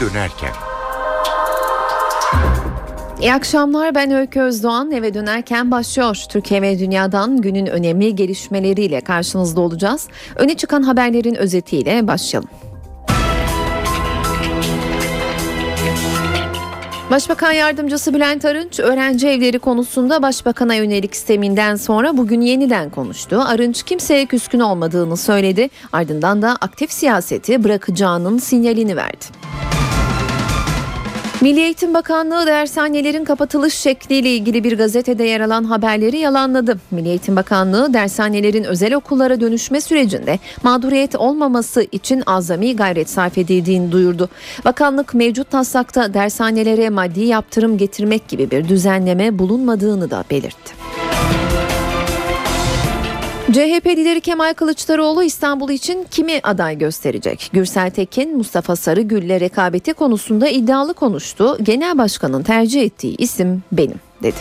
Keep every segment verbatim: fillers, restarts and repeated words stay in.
dönerken. İyi akşamlar, ben Öykü Özdoğan. Eve dönerken başlıyor. Türkiye ve dünyadan günün önemli gelişmeleriyle karşınızda olacağız. Öne çıkan haberlerin özetiyle başlayalım. Başbakan Yardımcısı Bülent Arınç, öğrenci evleri konusunda Başbakan'a yönelik sisteminden sonra bugün yeniden konuştu. Arınç kimseye küskün olmadığını söyledi. Ardından da aktif siyaseti bırakacağının sinyalini verdi. Milli Eğitim Bakanlığı dershanelerin kapatılış şekliyle ilgili bir gazetede yer alan haberleri yalanladı. Milli Eğitim Bakanlığı dershanelerin özel okullara dönüşme sürecinde mağduriyet olmaması için azami gayret sarf edildiğini duyurdu. Bakanlık mevcut taslakta dershanelere maddi yaptırım getirmek gibi bir düzenleme bulunmadığını da belirtti. C H P lideri Kemal Kılıçdaroğlu İstanbul için kimi aday gösterecek? Gürsel Tekin, Mustafa Sarıgül'le rekabeti konusunda iddialı konuştu. Genel başkanın tercih ettiği isim benim dedi.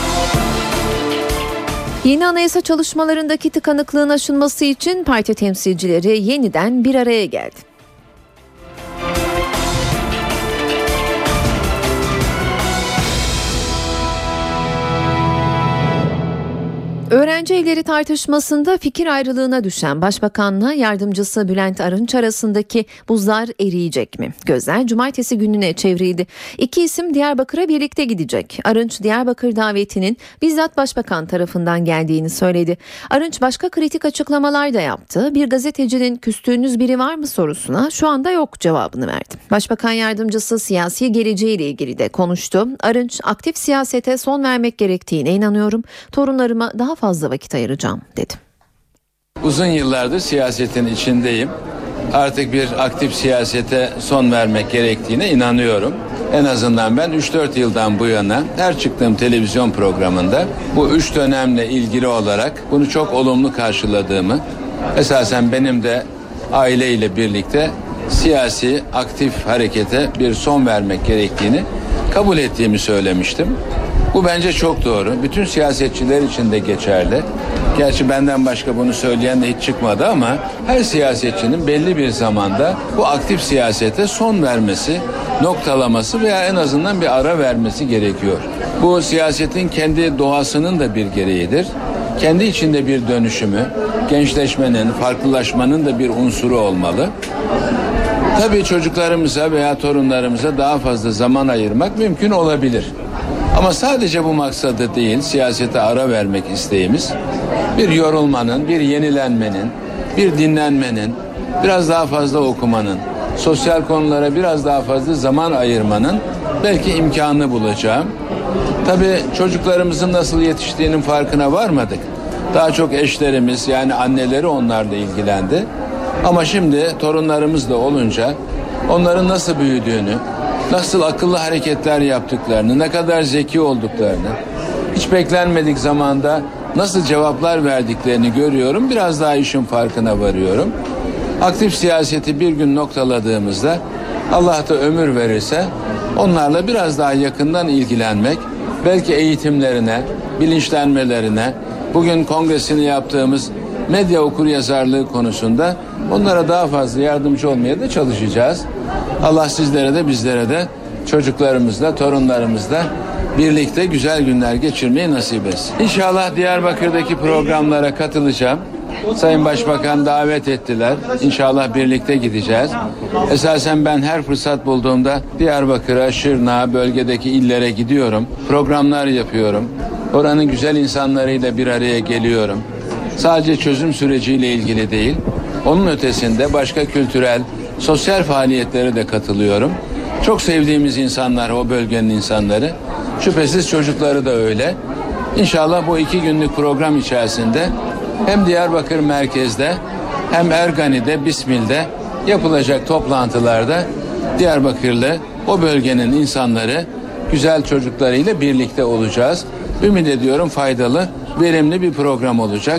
Yeni anayasa çalışmalarındaki tıkanıklığın aşılması için parti temsilcileri yeniden bir araya geldi. Öğrenci evleri tartışmasında fikir ayrılığına düşen Başbakan'la yardımcısı Bülent Arınç arasındaki buzlar eriyecek mi? Gözler cumartesi gününe çevrildi. İki isim Diyarbakır'a birlikte gidecek. Arınç, Diyarbakır davetinin bizzat Başbakan tarafından geldiğini söyledi. Arınç başka kritik açıklamalar da yaptı. Bir gazetecinin küstüğünüz biri var mı sorusuna şu anda yok cevabını verdi. Başbakan yardımcısı siyasi geleceğiyle ilgili de konuştu. Arınç, aktif siyasete son vermek gerektiğine inanıyorum. Torunlarıma daha fazla vakit ayıracağım dedi. Uzun yıllardır siyasetin içindeyim. Artık bir aktif siyasete son vermek gerektiğine inanıyorum. En azından ben üç dört yıldan bu yana her çıktığım televizyon programında bu üç dönemle ilgili olarak bunu çok olumlu karşıladığımı, esasen benim de aileyle birlikte siyasi aktif harekete bir son vermek gerektiğini kabul ettiğimi söylemiştim. Bu bence çok doğru. Bütün siyasetçiler için de geçerli. Gerçi benden başka bunu söyleyen de hiç çıkmadı ama her siyasetçinin belli bir zamanda bu aktif siyasete son vermesi, noktalaması veya en azından bir ara vermesi gerekiyor. Bu siyasetin kendi doğasının da bir gereğidir. Kendi içinde bir dönüşümü, gençleşmenin, farklılaşmanın da bir unsuru olmalı. Tabii çocuklarımıza veya torunlarımıza daha fazla zaman ayırmak mümkün olabilir. Ama sadece bu maksadı değil, siyasete ara vermek isteğimiz, bir yorulmanın, bir yenilenmenin, bir dinlenmenin, biraz daha fazla okumanın, sosyal konulara biraz daha fazla zaman ayırmanın belki imkanını bulacağım. Tabii çocuklarımızın nasıl yetiştiğinin farkına varmadık. Daha çok eşlerimiz, yani anneleri onlarla ilgilendi. Ama şimdi torunlarımız da olunca onların nasıl büyüdüğünü, nasıl akıllı hareketler yaptıklarını, ne kadar zeki olduklarını, hiç beklenmedik zamanda nasıl cevaplar verdiklerini görüyorum. Biraz daha işin farkına varıyorum. Aktif siyaseti bir gün noktaladığımızda Allah da ömür verirse onlarla biraz daha yakından ilgilenmek, belki eğitimlerine, bilinçlenmelerine, bugün kongresini yaptığımız medya okuryazarlığı konusunda onlara daha fazla yardımcı olmaya da çalışacağız. Allah sizlere de bizlere de çocuklarımızla, torunlarımızla birlikte güzel günler geçirmeyi nasip etsin. İnşallah Diyarbakır'daki programlara katılacağım. Sayın Başbakan davet ettiler. İnşallah birlikte gideceğiz. Esasen ben her fırsat bulduğumda Diyarbakır'a, Şırnak'a, bölgedeki illere gidiyorum. Programlar yapıyorum. Oranın güzel insanlarıyla bir araya geliyorum. Sadece çözüm süreciyle ilgili değil, onun ötesinde başka kültürel, sosyal faaliyetlere de katılıyorum. Çok sevdiğimiz insanlar, o bölgenin insanları. Şüphesiz çocukları da öyle. İnşallah bu iki günlük program içerisinde hem Diyarbakır merkezde hem Ergani'de, Bismil'de yapılacak toplantılarda Diyarbakırlı, o bölgenin insanları, güzel çocuklarıyla birlikte olacağız. Ümit ediyorum faydalı, verimli bir program olacak.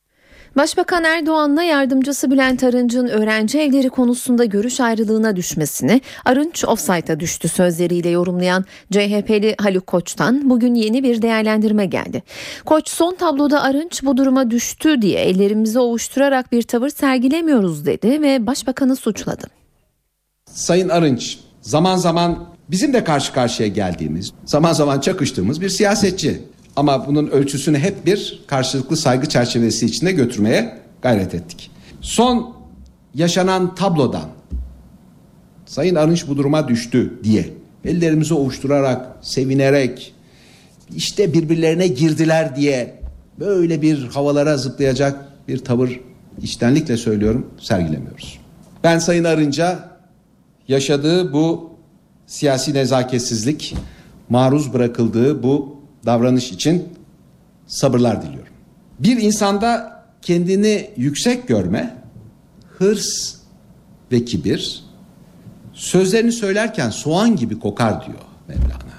Başbakan Erdoğan'la yardımcısı Bülent Arınç'ın öğrenci evleri konusunda görüş ayrılığına düşmesini, Arınç ofsayta düştü sözleriyle yorumlayan C H P'li Haluk Koç'tan bugün yeni bir değerlendirme geldi. Koç, son tabloda Arınç bu duruma düştü diye ellerimizi ovuşturarak bir tavır sergilemiyoruz dedi ve Başbakan'ı suçladı. Sayın Arınç, zaman zaman bizim de karşı karşıya geldiğimiz, zaman zaman çakıştığımız bir siyasetçi. Ama bunun ölçüsünü hep bir karşılıklı saygı çerçevesi içinde götürmeye gayret ettik. Son yaşanan tablodan Sayın Arınç bu duruma düştü diye ellerimizi ovuşturarak, sevinerek, işte birbirlerine girdiler diye böyle bir havalara zıplayacak bir tavır, içtenlikle söylüyorum, sergilemiyoruz. Ben Sayın Arınç'a yaşadığı bu siyasi nezaketsizlik, maruz bırakıldığı bu davranış için sabırlar diliyorum. Bir insanda kendini yüksek görme, hırs ve kibir, sözlerini söylerken soğan gibi kokar diyor Mevlana.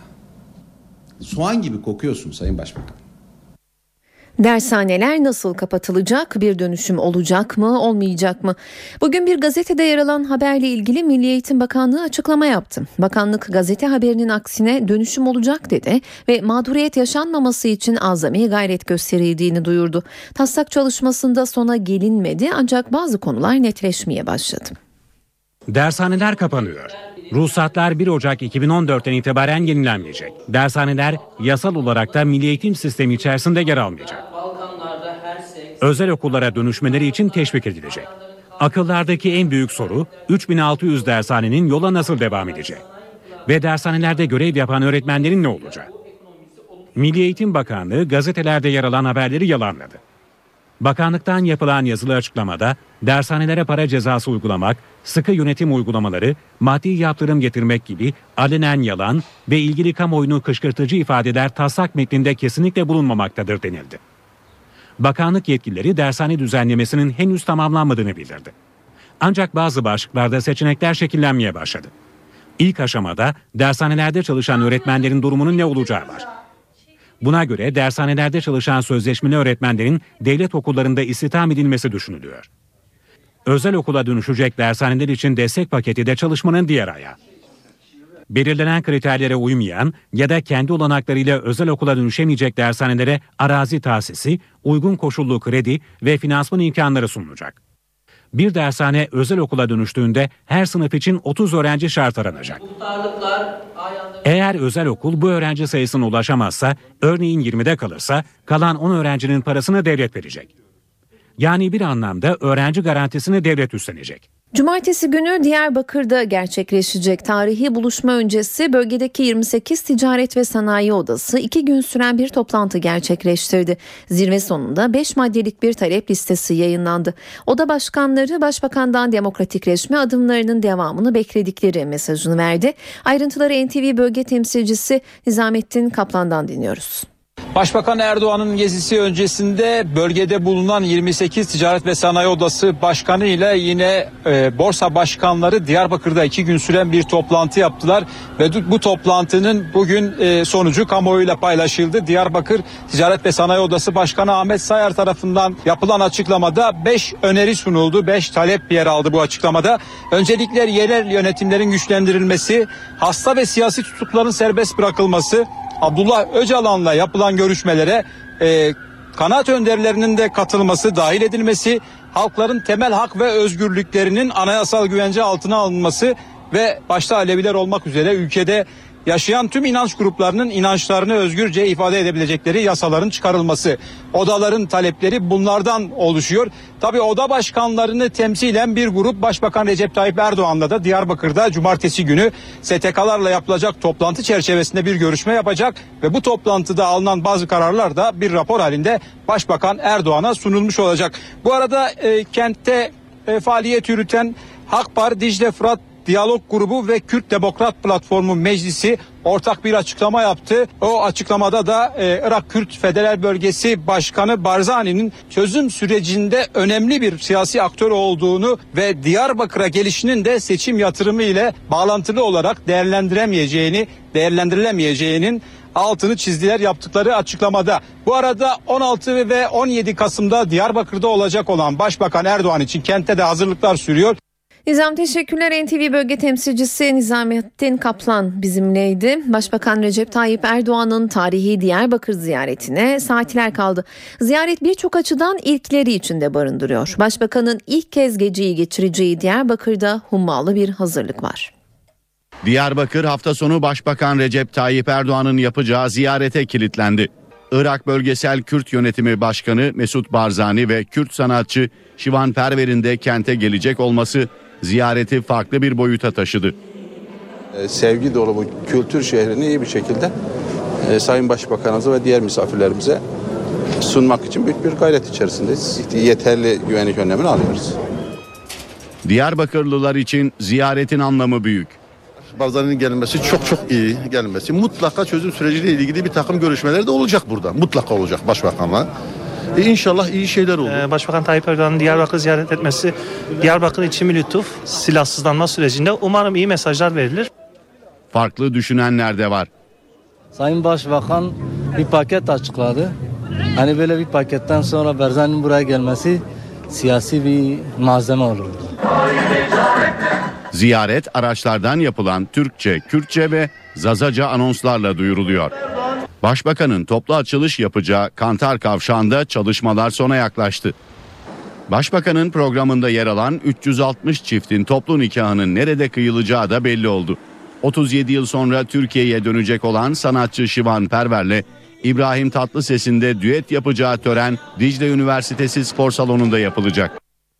Soğan gibi kokuyorsun Sayın Başbakan. Dershaneler nasıl kapatılacak? Bir dönüşüm olacak mı, olmayacak mı? Bugün bir gazetede yer alan haberle ilgili Milli Eğitim Bakanlığı açıklama yaptı. Bakanlık gazete haberinin aksine dönüşüm olacak dedi ve mağduriyet yaşanmaması için azami gayret gösterildiğini duyurdu. Taslak çalışmasında sona gelinmedi ancak bazı konular netleşmeye başladı. Dershaneler kapanıyor. Ruhsatlar bir Ocak iki bin on dörtten itibaren yenilenmeyecek. Dershaneler yasal olarak da milli eğitim sistemi içerisinde yer almayacak. Özel okullara dönüşmeleri için teşvik edilecek. Akıllardaki en büyük soru üç bin altı yüz dershanenin yola nasıl devam edecek? Ve dershanelerde görev yapan öğretmenlerin ne olacak? Milli Eğitim Bakanlığı gazetelerde yer alan haberleri yalanladı. Bakanlıktan yapılan yazılı açıklamada dershanelere para cezası uygulamak, sıkı yönetim uygulamaları, maddi yaptırım getirmek gibi alenen yalan ve ilgili kamuoyunu kışkırtıcı ifadeler taslak metninde kesinlikle bulunmamaktadır denildi. Bakanlık yetkilileri dershane düzenlemesinin henüz tamamlanmadığını bildirdi. Ancak bazı başlıklarda seçenekler şekillenmeye başladı. İlk aşamada dershanelerde çalışan öğretmenlerin durumunun ne olacağı var. Buna göre dershanelerde çalışan sözleşmeli öğretmenlerin devlet okullarında istihdam edilmesi düşünülüyor. Özel okula dönüşecek dershaneler için destek paketi de çalışmanın diğer ayağı. Belirlenen kriterlere uymayan ya da kendi olanaklarıyla özel okula dönüşemeyecek dershanelere arazi tahsisi, uygun koşullu kredi ve finansman imkanları sunulacak. Bir dershane özel okula dönüştüğünde her sınıf için otuz öğrenci şart aranacak. Eğer özel okul bu öğrenci sayısına ulaşamazsa, örneğin yirmide kalırsa, kalan on öğrencinin parasını devlet verecek. Yani bir anlamda öğrenci garantisini devlet üstlenecek. Cumartesi günü Diyarbakır'da gerçekleşecek tarihi buluşma öncesi bölgedeki yirmi sekiz Ticaret ve Sanayi Odası iki gün süren bir toplantı gerçekleştirdi. Zirve sonunda beş maddelik bir talep listesi yayınlandı. Oda başkanları Başbakan'dan demokratikleşme adımlarının devamını bekledikleri mesajını verdi. Ayrıntıları N T V bölge temsilcisi Nizamettin Kaplan'dan dinliyoruz. Başbakan Erdoğan'ın gezisi öncesinde bölgede bulunan yirmi sekiz Ticaret ve Sanayi Odası Başkanı ile yine e, borsa başkanları Diyarbakır'da iki gün süren bir toplantı yaptılar ve bu toplantının bugün e, sonucu kamuoyuyla paylaşıldı. Diyarbakır Ticaret ve Sanayi Odası Başkanı Ahmet Sayar tarafından yapılan açıklamada beş öneri sunuldu, beş talep yer aldı bu açıklamada. Öncelikle yerel yönetimlerin güçlendirilmesi, hasta ve siyasi tutukluların serbest bırakılması, Abdullah Öcalan'la yapılan görüşmelere e, kanaat önderlerinin de katılması, dahil edilmesi, halkların temel hak ve özgürlüklerinin anayasal güvence altına alınması ve başta Aleviler olmak üzere ülkede yaşayan tüm inanç gruplarının inançlarını özgürce ifade edebilecekleri yasaların çıkarılması. Odaların talepleri bunlardan oluşuyor. Tabii oda başkanlarını temsilen bir grup Başbakan Recep Tayyip Erdoğan'la da Diyarbakır'da cumartesi günü S T K'larla yapılacak toplantı çerçevesinde bir görüşme yapacak ve bu toplantıda alınan bazı kararlar da bir rapor halinde Başbakan Erdoğan'a sunulmuş olacak. Bu arada e, kentte e, faaliyet yürüten Hakpar, Dicle Fırat Diyalog Grubu ve Kürt Demokrat Platformu Meclisi ortak bir açıklama yaptı. O açıklamada da e, Irak Kürt Federal Bölgesi Başkanı Barzani'nin çözüm sürecinde önemli bir siyasi aktör olduğunu ve Diyarbakır'a gelişinin de seçim yatırımı ile bağlantılı olarak değerlendiremeyeceğini, değerlendirilemeyeceğinin altını çizdiler yaptıkları açıklamada. Bu arada on altı ve on yedi Kasım'da Diyarbakır'da olacak olan Başbakan Erdoğan için kentte de hazırlıklar sürüyor. Nizam teşekkürler. N T V bölge temsilcisi Nizamettin Kaplan bizimleydi. Başbakan Recep Tayyip Erdoğan'ın tarihi Diyarbakır ziyaretine saatler kaldı. Ziyaret birçok açıdan ilkleri içinde barındırıyor. Başbakanın ilk kez geceyi geçireceği Diyarbakır'da hummalı bir hazırlık var. Diyarbakır hafta sonu Başbakan Recep Tayyip Erdoğan'ın yapacağı ziyarete kilitlendi. Irak Bölgesel Kürt Yönetimi Başkanı Mesut Barzani ve Kürt sanatçı Şivan Perver'in de kente gelecek olması ziyareti farklı bir boyuta taşıdı. Sevgi dolu bu kültür şehrini iyi bir şekilde e, Sayın Başbakanımıza ve diğer misafirlerimize sunmak için büyük bir gayret içerisindeyiz. Yeterli güvenlik önlemini alıyoruz. Diyarbakırlılar için ziyaretin anlamı büyük. Barzani'nin gelmesi çok çok iyi gelmesi. Mutlaka çözüm süreciyle ilgili bir takım görüşmeler de olacak burada. Mutlaka olacak başbakanla. E inşallah iyi şeyler olur. Ee, Başbakan Tayyip Erdoğan'ın Diyarbakır'ı ziyaret etmesi Diyarbakır için bir lütuf. Silahsızlanma sürecinde umarım iyi mesajlar verilir. Farklı düşünenler de var. Sayın Başbakan bir paket açıkladı. Hani böyle bir paketten sonra Barzani'nin buraya gelmesi siyasi bir malzeme olur. Ziyaret araçlardan yapılan Türkçe, Kürtçe ve Zazaca anonslarla duyuruluyor. Başbakanın toplu açılış yapacağı Kantar Kavşağı'nda çalışmalar sona yaklaştı. Başbakanın programında yer alan üç yüz altmış çiftin toplu nikahının nerede kıyılacağı da belli oldu. otuz yedi yıl sonra Türkiye'ye dönecek olan sanatçı Şivan Perver'le İbrahim Tatlıses'in de düet yapacağı tören Dicle Üniversitesi Spor Salonu'nda yapılacak.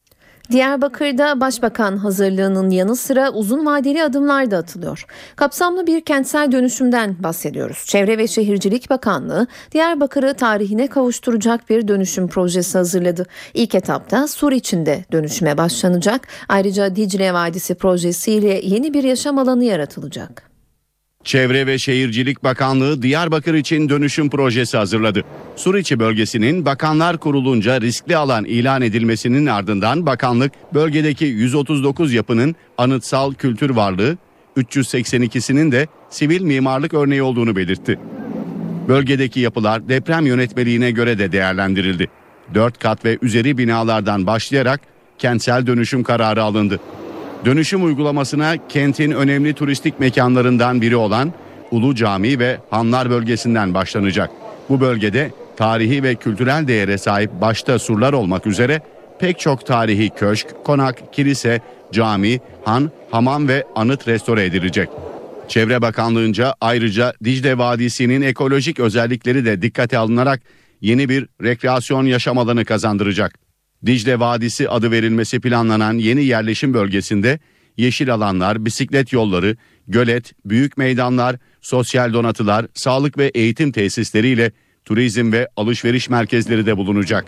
Diyarbakır'da başbakan hazırlığının yanı sıra uzun vadeli adımlar da atılıyor. Kapsamlı bir kentsel dönüşümden bahsediyoruz. Çevre ve Şehircilik Bakanlığı Diyarbakır'ı tarihine kavuşturacak bir dönüşüm projesi hazırladı. İlk etapta Suriçi'nde dönüşüme başlanacak. Ayrıca Dicle Vadisi projesiyle yeni bir yaşam alanı yaratılacak. Çevre ve Şehircilik Bakanlığı Diyarbakır için dönüşüm projesi hazırladı. Suriçi bölgesinin Bakanlar Kurulu'nca riskli alan ilan edilmesinin ardından bakanlık bölgedeki yüz otuz dokuz yapının anıtsal kültür varlığı, üç yüz seksen ikisinin de sivil mimarlık örneği olduğunu belirtti. Bölgedeki yapılar deprem yönetmeliğine göre de değerlendirildi. dört kat ve üzeri binalardan başlayarak kentsel dönüşüm kararı alındı. Dönüşüm uygulamasına kentin önemli turistik mekanlarından biri olan Ulu Cami ve Hanlar bölgesinden başlanacak. Bu bölgede tarihi ve kültürel değere sahip başta surlar olmak üzere pek çok tarihi köşk, konak, kilise, cami, han, hamam ve anıt restore edilecek. Çevre Bakanlığı'nca ayrıca Dicle Vadisi'nin ekolojik özellikleri de dikkate alınarak yeni bir rekreasyon yaşam alanı kazandıracak. Dicle Vadisi adı verilmesi planlanan yeni yerleşim bölgesinde yeşil alanlar, bisiklet yolları, gölet, büyük meydanlar, sosyal donatılar, sağlık ve eğitim tesisleriyle turizm ve alışveriş merkezleri de bulunacak.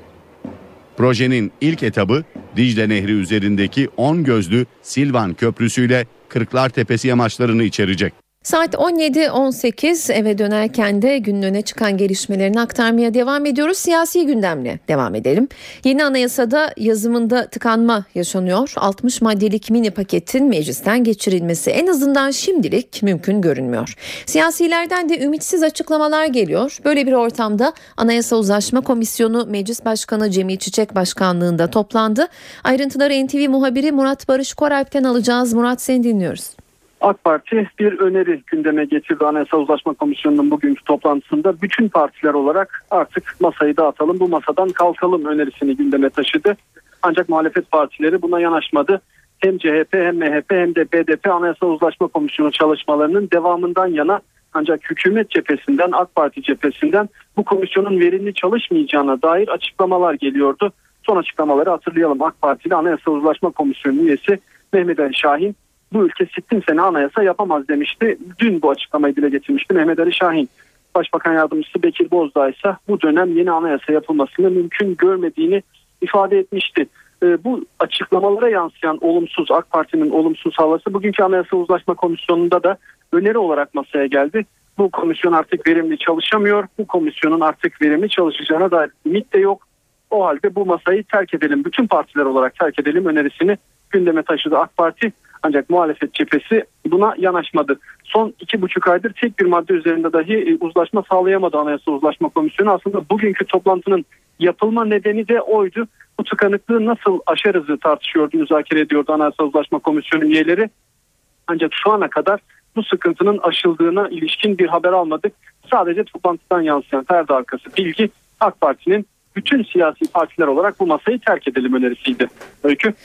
Projenin ilk etabı Dicle Nehri üzerindeki on gözlü Silvan Köprüsü ile Kırklar Tepesi yamaçlarını içerecek. Saat on yedi on sekiz eve dönerken de günün öne çıkan gelişmelerini aktarmaya devam ediyoruz. Siyasi gündemle devam edelim. Yeni anayasada yazımında tıkanma yaşanıyor. altmış maddelik mini paketin meclisten geçirilmesi en azından şimdilik mümkün görünmüyor. Siyasilerden de ümitsiz açıklamalar geliyor. Böyle bir ortamda Anayasa Uzlaşma Komisyonu Meclis Başkanı Cemil Çiçek Başkanlığında toplandı. Ayrıntıları N T V muhabiri Murat Barış Koralp'ten alacağız. Murat, seni dinliyoruz. AK Parti bir öneri gündeme getirdi Anayasa Uzlaşma Komisyonu'nun bugünkü toplantısında. Bütün partiler olarak artık masayı dağıtalım, bu masadan kalkalım önerisini gündeme taşıdı. Ancak muhalefet partileri buna yanaşmadı. Hem C H P hem M H P hem de B D P Anayasa Uzlaşma Komisyonu çalışmalarının devamından yana, ancak hükümet cephesinden, AK Parti cephesinden bu komisyonun verimli çalışmayacağına dair açıklamalar geliyordu. Son açıklamaları hatırlayalım. AK Partili Anayasa Uzlaşma Komisyonu üyesi Mehmet Ali Şahin, bu ülke sittin sene anayasa yapamaz demişti. Dün bu açıklamayı dile getirmişti Mehmet Ali Şahin. Başbakan Yardımcısı Bekir Bozdağ ise bu dönem yeni anayasa yapılmasını mümkün görmediğini ifade etmişti. Ee, bu açıklamalara yansıyan olumsuz, AK Parti'nin olumsuz havası bugünkü Anayasa Uzlaşma Komisyonu'nda da öneri olarak masaya geldi. Bu komisyon artık verimli çalışamıyor. Bu komisyonun artık verimli çalışacağına dair ümit de yok. O halde bu masayı terk edelim, bütün partiler olarak terk edelim önerisini gündeme taşıdı AK Parti. Ancak muhalefet cephesi buna yanaşmadı. Son iki buçuk aydır tek bir madde üzerinde dahi uzlaşma sağlayamadı Anayasa Uzlaşma Komisyonu. Aslında bugünkü toplantının yapılma nedeni de oydu. Bu tıkanıklığı nasıl aşarızı tartışıyordu, müzakere ediyordu Anayasa Uzlaşma Komisyonu üyeleri. Ancak şu ana kadar bu sıkıntının aşıldığına ilişkin bir haber almadık. Sadece toplantıdan yansıyan perde arkası bilgi AK Parti'nin bütün siyasi partiler olarak bu masayı terk edelim önerisiydi. Öykü.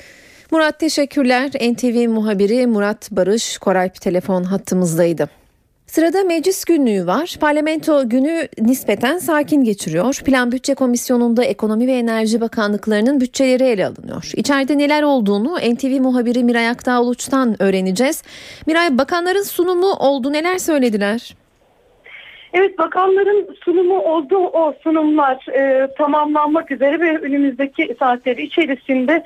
Murat teşekkürler. N T V muhabiri Murat Barış Koray telefon hattımızdaydı. Sırada meclis günlüğü var. Parlamento günü nispeten sakin geçiriyor. Plan Bütçe Komisyonu'nda Ekonomi ve Enerji Bakanlıklarının bütçeleri ele alınıyor. İçeride neler olduğunu N T V muhabiri Miray Aktağ Uluç'tan öğreneceğiz. Miray, bakanların sunumu oldu. Neler söylediler? Evet, bakanların sunumu oldu. O sunumlar e, tamamlanmak üzere ve önümüzdeki saatler içerisinde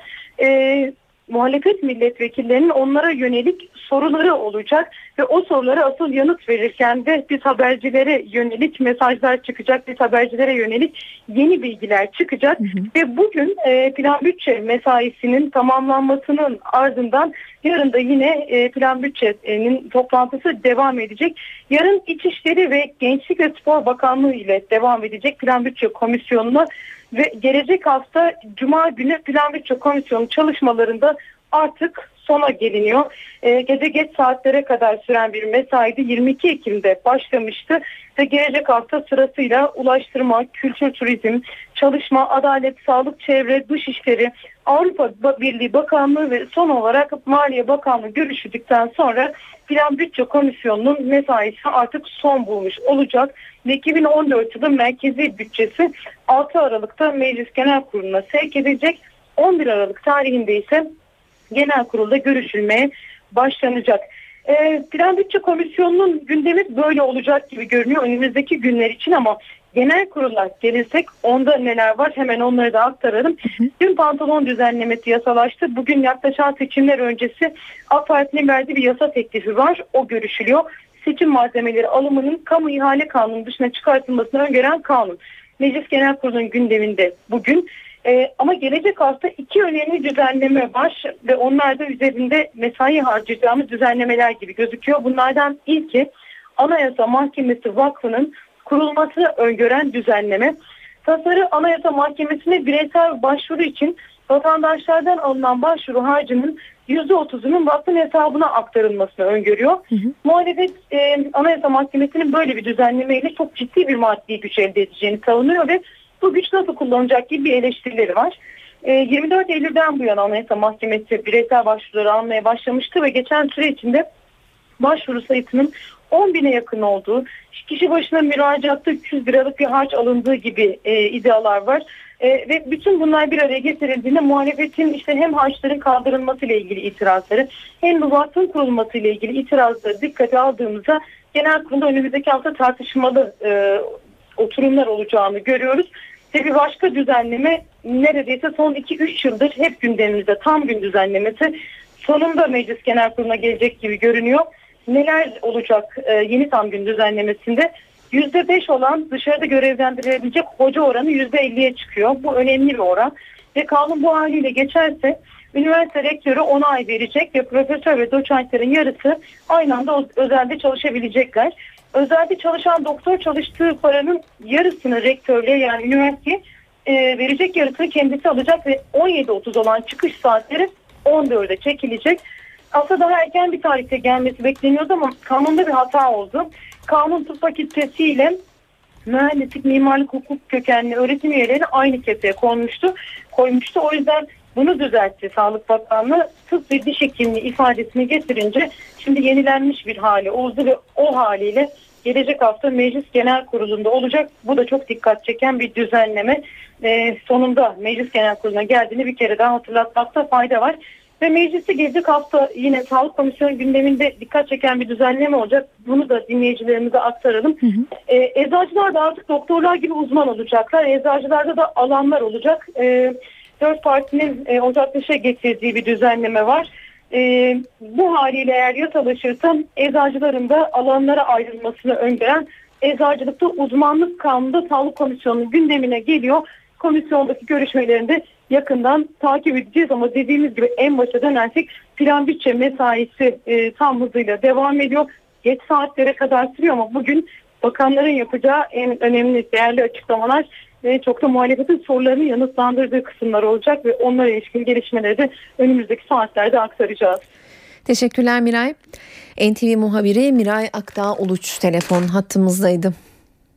e, muhalefet milletvekillerinin onlara yönelik soruları olacak ve o sorulara asıl yanıt verirken de biz habercilere yönelik mesajlar çıkacak, biz habercilere yönelik yeni bilgiler çıkacak. Hı hı. Ve bugün e, plan bütçe mesaisinin tamamlanmasının ardından yarın da yine e, plan bütçenin toplantısı devam edecek. Yarın İçişleri ve Gençlik ve Spor Bakanlığı ile devam edecek plan bütçe komisyonuna ve gelecek hafta Cuma günü plan bütçe komisyonu çalışmalarında artık sona geliniyor. Ee, gece geç saatlere kadar süren bir mesaiydi. yirmi iki Ekim'de başlamıştı ve gelecek hafta sırasıyla Ulaştırma, Kültür, Turizm, Çalışma, Adalet, Sağlık, Çevre, Dışişleri, Avrupa Birliği Bakanlığı ve son olarak Maliye Bakanlığı görüşüldükten sonra Plan Bütçe Komisyonu'nun mesaisi artık son bulmuş olacak. Ve iki bin on dört yılı merkezi bütçesi altı Aralık'ta Meclis Genel Kurulu'na sevk edilecek. on bir Aralık tarihinde ise genel kurulda görüşülmeye başlanacak. E, Plan Bütçe Komisyonu'nun gündemi böyle olacak gibi görünüyor önümüzdeki günler için ama genel kurula gelirsek onda neler var hemen onları da aktaralım. Hı hı. Dün pantolon düzenlemesi yasalaştı. Bugün yaklaşan seçimler öncesi AK Parti'nin verdiği bir yasa teklifi var. O görüşülüyor. Seçim malzemeleri alımının kamu ihale kanunu dışına çıkartılmasını öngören kanun. Meclis Genel Kurulu'nun gündeminde bugün. Ee, ama gelecek hafta iki önemli düzenleme var ve onlar da üzerinde mesai harcayacağımız düzenlemeler gibi gözüküyor. Bunlardan ilki Anayasa Mahkemesi Vakfı'nın kurulması öngören düzenleme. Tasarı Anayasa Mahkemesi'ne bireysel başvuru için vatandaşlardan alınan başvuru harcının yüzde otuzunun vakfın hesabına aktarılmasını öngörüyor. Hı hı. Muhalefet e, Anayasa Mahkemesi'nin böyle bir düzenlemeyle çok ciddi bir maddi güç elde edeceğini savunuyor ve bu güç nasıl kullanacak gibi bir eleştirileri var. E, yirmi dört Eylül'den bu yana Anayasa Mahkemesi bireysel başvuruları almaya başlamıştı ve geçen süre içinde başvuru sayısının on bine yakın olduğu, kişi başına müracaatta üç yüz liralık bir harç alındığı gibi e, iddialar var. E, ve bütün bunlar bir araya getirildiğinde muhalefetin işte hem harçların kaldırılması ile ilgili itirazları hem bu vakfın kurulması ile ilgili itirazları dikkate aldığımızda genel kurulda önümüzdeki hafta tartışmalı e, oturumlar olacağını görüyoruz. Ve bir başka düzenleme neredeyse son iki üç yıldır hep gündemimizde tam gün düzenlemesi sonunda Meclis Genel Kurulu'na gelecek gibi görünüyor. Neler olacak e, yeni tam gün düzenlemesinde? yüzde beş olan dışarıda görevlendirilebilecek hoca oranı yüzde elliye çıkıyor. Bu önemli bir oran. Ve kanun bu haliyle geçerse üniversite rektörü ona ay verecek ve profesör ve doçentlerin yarısı aynı anda özelde çalışabilecekler. Özelde çalışan doktor çalıştığı paranın yarısını rektörlüğe yani üniversiteye e, verecek, yarısını kendisi alacak ve on yedi otuz olan çıkış saatleri on dörde çekilecek. Aslında daha erken bir tarihte gelmesi bekleniyordu ama kanunda bir hata oldu. Kanun tıp fakültesiyle mühendislik, mimarlık, hukuk kökenli öğretim üyelerini aynı kefeye koymuştu. koymuştu. O yüzden bunu düzeltti Sağlık Bakanlığı. Tıp ve diş hekimliği ifadesini getirince şimdi yenilenmiş bir hali oldu ve o haliyle gelecek hafta Meclis Genel Kurulu'nda olacak. Bu da çok dikkat çeken bir düzenleme. Ee, sonunda Meclis Genel Kurulu'na geldiğini bir kere daha hatırlatmakta fayda var. Ve mecliste gelecek hafta yine Sağlık Komisyonu gündeminde dikkat çeken bir düzenleme olacak. Bunu da dinleyicilerimize aktaralım. Hı hı. Ee, eczacılar da artık doktorlar gibi uzman olacaklar. Eczacılarda da alanlar olacak. Ee, Dört partinin e, Ocak beşe getirdiği bir düzenleme var. E, bu haliyle eğer yasalaşırsa eczacıların da alanlara ayrılmasını öngören eczacılıkta uzmanlık kanunu Sağlık Komisyonu'nun gündemine geliyor. Komisyondaki görüşmelerinde yakından takip edeceğiz ama dediğimiz gibi en başa dönersek plan bütçe mesaisi e, tam hızıyla devam ediyor. Geç saatlere kadar sürüyor ama bugün bakanların yapacağı en önemli değerli açıklamalar ve çok da muhalefetin sorularını yanıtlandırdığı kısımlar olacak ve onlara ilişkin gelişmeleri de önümüzdeki saatlerde aktaracağız. Teşekkürler Miray. N T V muhabiri Miray Aktağ Uluç telefon hattımızdaydı.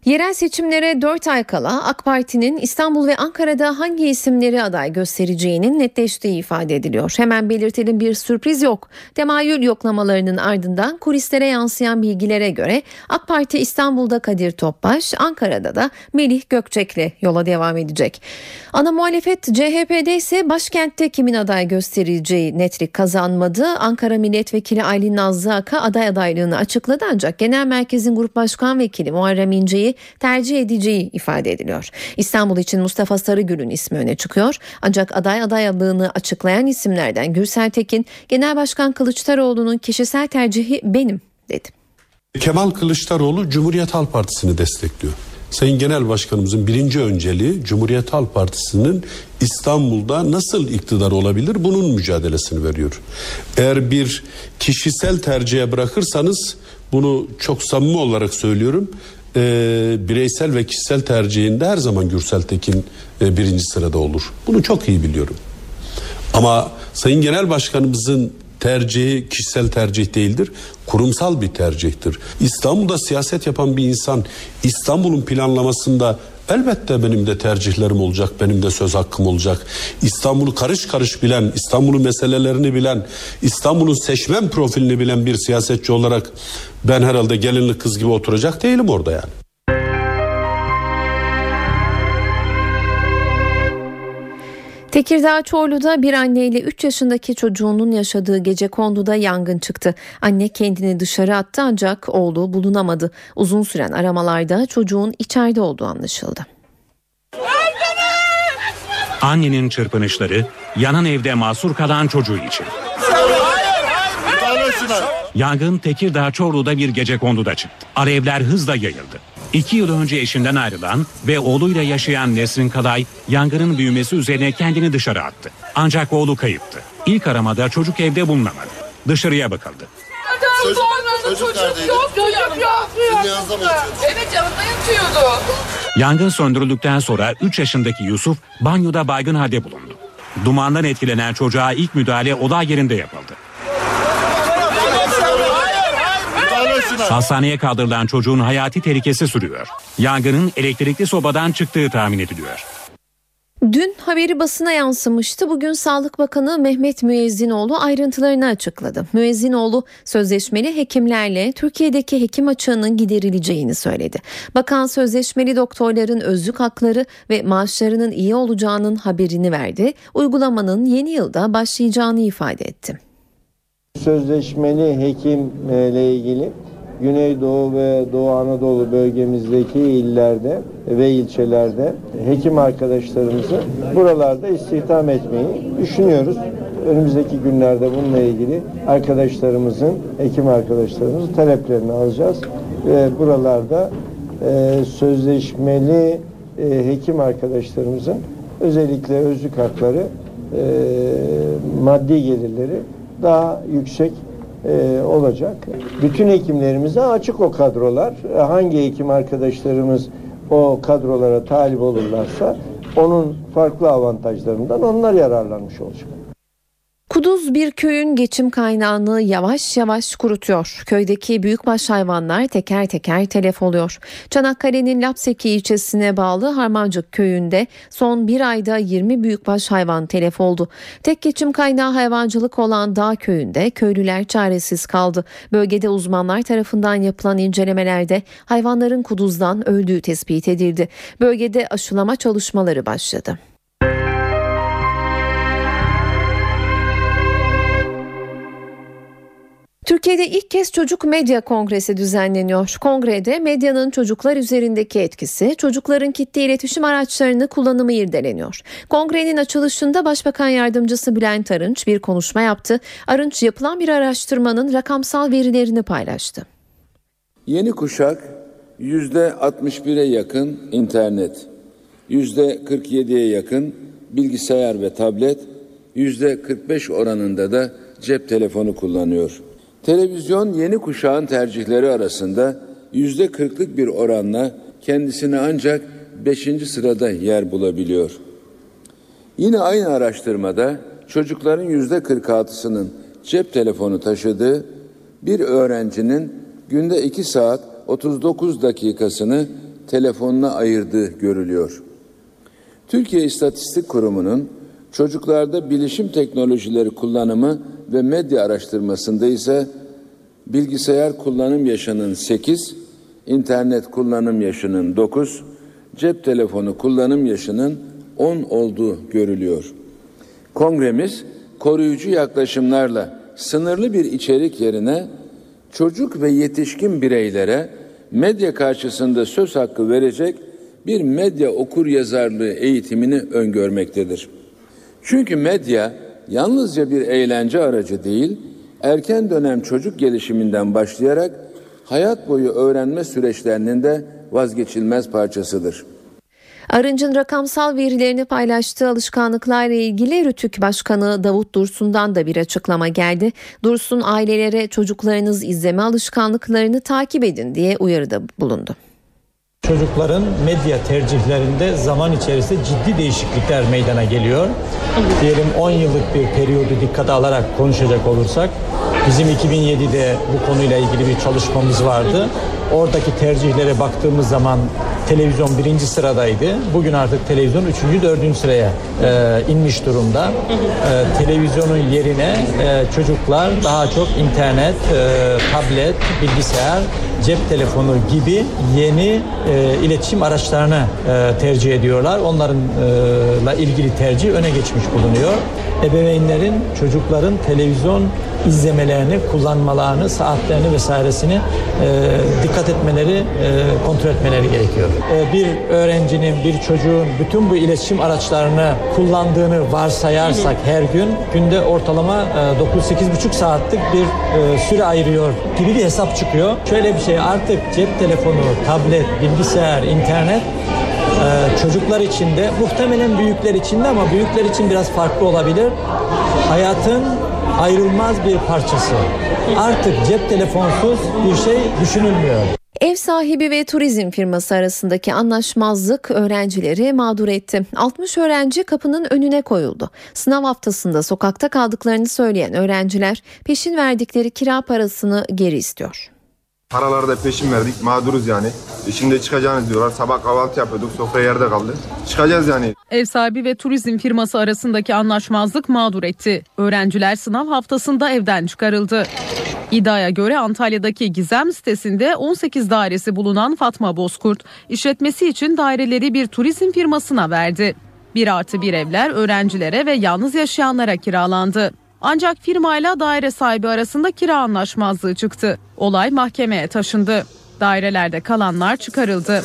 Yerel seçimlere dört ay kala AK Parti'nin İstanbul ve Ankara'da hangi isimleri aday göstereceğinin netleştiği ifade ediliyor. Hemen belirtelim, bir sürpriz yok. Temayül yoklamalarının ardından kulislere yansıyan bilgilere göre AK Parti İstanbul'da Kadir Topbaş, Ankara'da da Melih Gökçek'le yola devam edecek. Ana muhalefet C H P'de ise başkentte kimin aday göstereceği netlik kazanmadı. Ankara Milletvekili Aylin Nazlı Aka aday adaylığını açıkladı, ancak Genel Merkez'in Grup Başkan Vekili Muharrem İnce'yi tercih edeceği ifade ediliyor. İstanbul için Mustafa Sarıgül'ün ismi öne çıkıyor. Ancak aday adaylığını açıklayan isimlerden Gürsel Tekin, Genel Başkan Kılıçdaroğlu'nun kişisel tercihi benim dedi. Kemal Kılıçdaroğlu Cumhuriyet Halk Partisi'ni destekliyor. Sayın Genel Başkanımızın birinci önceliği Cumhuriyet Halk Partisi'nin İstanbul'da nasıl iktidar olabilir bunun mücadelesini veriyor. Eğer bir kişisel tercihe bırakırsanız, bunu çok samimi olarak söylüyorum, e, bireysel ve kişisel tercihinde her zaman Gürsel Tekin e, birinci sırada olur. Bunu çok iyi biliyorum. Ama Sayın Genel Başkanımızın tercihi kişisel tercih değildir, kurumsal bir tercihtir. İstanbul'da siyaset yapan bir insan İstanbul'un planlamasında elbette benim de tercihlerim olacak, benim de söz hakkım olacak. İstanbul'u karış karış bilen, İstanbul'un meselelerini bilen, İstanbul'un seçmen profilini bilen bir siyasetçi olarak ben herhalde gelinli kız gibi oturacak değilim orada yani. Tekirdağ Çorlu'da bir anne ile üç yaşındaki çocuğunun yaşadığı gecekonduda yangın çıktı. Anne kendini dışarı attı, ancak oğlu bulunamadı. Uzun süren aramalarda çocuğun içeride olduğu anlaşıldı. Annenin çırpınışları, yanan evde mahsur kalan çocuğu için. Yangın Tekirdağ Çorlu'da bir gecekonduda çıktı. Alevler hızla yayıldı. İki yıl önce eşinden ayrılan ve oğluyla yaşayan Nesrin Kalay, yangının büyümesi üzerine kendini dışarı attı. Ancak oğlu kayıptı. İlk aramada çocuk evde bulunamadı. Dışarıya bakıldı. Çocuk, çocuk, çocuk yok, çocuk yok. Sizin yanınızda mı yatıyordu? Evet, yanımda yatıyordu. Yangın söndürüldükten sonra üç yaşındaki Yusuf banyoda baygın halde bulundu. Dumandan etkilenen çocuğa ilk müdahale olay yerinde yapıldı. Hastaneye kaldırılan çocuğun hayati tehlikesi sürüyor. Yangının elektrikli sobadan çıktığı tahmin ediliyor. Dün haberi basına yansımıştı. Bugün Sağlık Bakanı Mehmet Müezzinoğlu ayrıntılarını açıkladı. Müezzinoğlu sözleşmeli hekimlerle Türkiye'deki hekim açığının giderileceğini söyledi. Bakan sözleşmeli doktorların özlük hakları ve maaşlarının iyi olacağının haberini verdi. Uygulamanın yeni yılda başlayacağını ifade etti. Sözleşmeli hekimle ilgili Güneydoğu ve Doğu Anadolu bölgemizdeki illerde ve ilçelerde hekim arkadaşlarımızı buralarda istihdam etmeyi düşünüyoruz. Önümüzdeki günlerde bununla ilgili arkadaşlarımızın, hekim arkadaşlarımızın taleplerini alacağız ve buralarda e, sözleşmeli e, hekim arkadaşlarımızın özellikle özlük hakları, e, maddi gelirleri daha yüksek e, olacak. Bütün hekimlerimize açık o kadrolar. Hangi hekim arkadaşlarımız o kadrolara talip olurlarsa onun farklı avantajlarından onlar yararlanmış olacak. Kuduz bir köyün geçim kaynağını yavaş yavaş kurutuyor. Köydeki büyükbaş hayvanlar teker teker telef oluyor. Çanakkale'nin Lapseki ilçesine bağlı Harmancık köyünde son bir ayda yirmi büyükbaş hayvan telef oldu. Tek geçim kaynağı hayvancılık olan Dağ köyünde köylüler çaresiz kaldı. Bölgede uzmanlar tarafından yapılan incelemelerde hayvanların kuduzdan öldüğü tespit edildi. Bölgede aşılama çalışmaları başladı. Türkiye'de ilk kez Çocuk Medya Kongresi düzenleniyor. Kongrede medyanın çocuklar üzerindeki etkisi, çocukların kitle iletişim araçlarını kullanımı irdeleniyor. Kongrenin açılışında Başbakan Yardımcısı Bülent Arınç bir konuşma yaptı. Arınç yapılan bir araştırmanın rakamsal verilerini paylaştı. Yeni kuşak yüzde altmış bire yakın internet, yüzde kırk yediye yakın bilgisayar ve tablet, yüzde kırk beş oranında da cep telefonu kullanıyor. Televizyon yeni kuşağın tercihleri arasında yüzde kırklık bir oranla kendisini ancak beşinci sırada yer bulabiliyor. Yine aynı araştırmada çocukların yüzde kırk altısının cep telefonu taşıdığı, bir öğrencinin günde iki saat otuz dokuz dakikasını telefonuna ayırdığı görülüyor. Türkiye İstatistik Kurumu'nun çocuklarda bilişim teknolojileri kullanımı ve medya araştırmasında ise bilgisayar kullanım yaşının sekiz, internet kullanım yaşının dokuz, cep telefonu kullanım yaşının on olduğu görülüyor. Kongremiz koruyucu yaklaşımlarla sınırlı bir içerik yerine çocuk ve yetişkin bireylere medya karşısında söz hakkı verecek bir medya okuryazarlığı eğitimini öngörmektedir. Çünkü medya yalnızca bir eğlence aracı değil, erken dönem çocuk gelişiminden başlayarak hayat boyu öğrenme süreçlerinin de vazgeçilmez parçasıdır. Arınç'ın rakamsal verilerini paylaştığı alışkanlıklarla ilgili Rütük Başkanı Davut Dursun'dan da bir açıklama geldi. Dursun ailelere çocuklarınız izleme alışkanlıklarını takip edin diye uyarıda bulundu. Çocukların medya tercihlerinde zaman içerisinde ciddi değişiklikler meydana geliyor. Diyelim on yıllık bir periyodu dikkate alarak konuşacak olursak, bizim iki bin yedide bu konuyla ilgili bir çalışmamız vardı. Oradaki tercihlere baktığımız zaman televizyon birinci sıradaydı. Bugün artık televizyon üçüncü, dördüncü sıraya e, inmiş durumda. E, televizyonun yerine e, çocuklar daha çok internet, e, tablet, bilgisayar, cep telefonu gibi yeni e, iletişim araçlarını e, tercih ediyorlar. Onlarla ilgili tercih öne geçmiş bulunuyor. Ebeveynlerin çocukların televizyon izlemelerini, kullanmalarını, saatlerini vesairesini e, dikkat etmeleri, e, kontrol etmeleri gerekiyor. E, bir öğrencinin, bir çocuğun bütün bu iletişim araçlarını kullandığını varsayarsak her gün, günde ortalama e, dokuz sekiz buçuk saatlik bir e, süre ayırıyor gibi bir hesap çıkıyor. Şöyle bir şey, artık cep telefonu, tablet, bilgisayar, internet Ee, çocuklar için de, muhtemelen büyükler için de, ama büyükler için biraz farklı olabilir, hayatın ayrılmaz bir parçası. Artık cep telefonsuz bir şey düşünülmüyor. Ev sahibi ve turizm firması arasındaki anlaşmazlık öğrencileri mağdur etti. altmış öğrenci kapının önüne koyuldu. Sınav haftasında sokakta kaldıklarını söyleyen öğrenciler peşin verdikleri kira parasını geri istiyor. Paraları da peşin verdik, mağduruz yani. E şimdi çıkacağınız diyorlar. Sabah kahvaltı yapıyorduk, sofra yerde kaldı. Çıkacağız yani. Ev sahibi ve turizm firması arasındaki anlaşmazlık mağdur etti. Öğrenciler sınav haftasında evden çıkarıldı. İddiaya göre Antalya'daki Gizem sitesinde on sekiz dairesi bulunan Fatma Bozkurt, işletmesi için daireleri bir turizm firmasına verdi. Bir artı bir evler öğrencilere ve yalnız yaşayanlara kiralandı. Ancak firmayla daire sahibi arasında kira anlaşmazlığı çıktı. Olay mahkemeye taşındı. Dairelerde kalanlar çıkarıldı.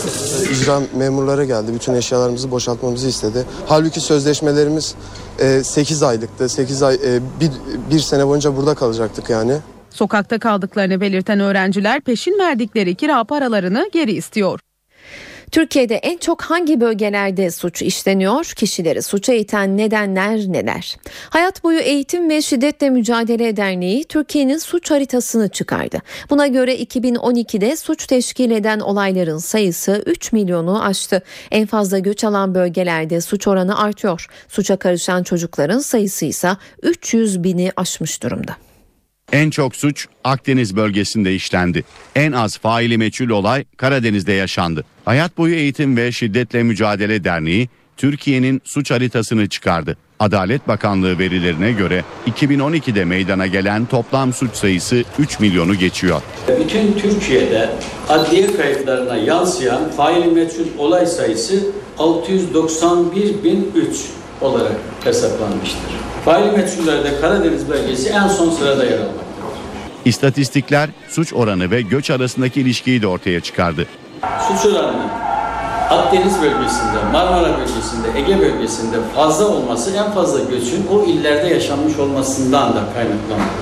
İcra memurları geldi. Bütün eşyalarımızı boşaltmamızı istedi. Halbuki sözleşmelerimiz sekiz aylıktı. sekiz ay bir, bir sene boyunca burada kalacaktık yani. Sokakta kaldıklarını belirten öğrenciler peşin verdikleri kira paralarını geri istiyor. Türkiye'de en çok hangi bölgelerde suç işleniyor? Kişileri suça iten nedenler neler? Hayat Boyu Eğitim ve Şiddetle Mücadele Derneği Türkiye'nin suç haritasını çıkardı. Buna göre iki bin on ikide suç teşkil eden olayların sayısı üç milyonu aştı. En fazla göç alan bölgelerde suç oranı artıyor. Suça karışan çocukların sayısı ise üç yüz bini aşmış durumda. En çok suç Akdeniz bölgesinde işlendi. En az faili meçhul olay Karadeniz'de yaşandı. Hayat Boyu Eğitim ve Şiddetle Mücadele Derneği Türkiye'nin suç haritasını çıkardı. Adalet Bakanlığı verilerine göre iki bin on ikide meydana gelen toplam suç sayısı üç milyonu geçiyor. Bütün Türkiye'de adliye kayıtlarına yansıyan faili meçhul olay sayısı altı yüz doksan bir bin üç olarak hesaplanmıştır. Faili meçhullerde Karadeniz bölgesi en son sırada yer almaktadır. İstatistikler suç oranı ve göç arasındaki ilişkiyi de ortaya çıkardı. Suç oranının Akdeniz bölgesinde, Marmara bölgesinde, Ege bölgesinde fazla olması en fazla göçün o illerde yaşanmış olmasından da kaynaklanıyor.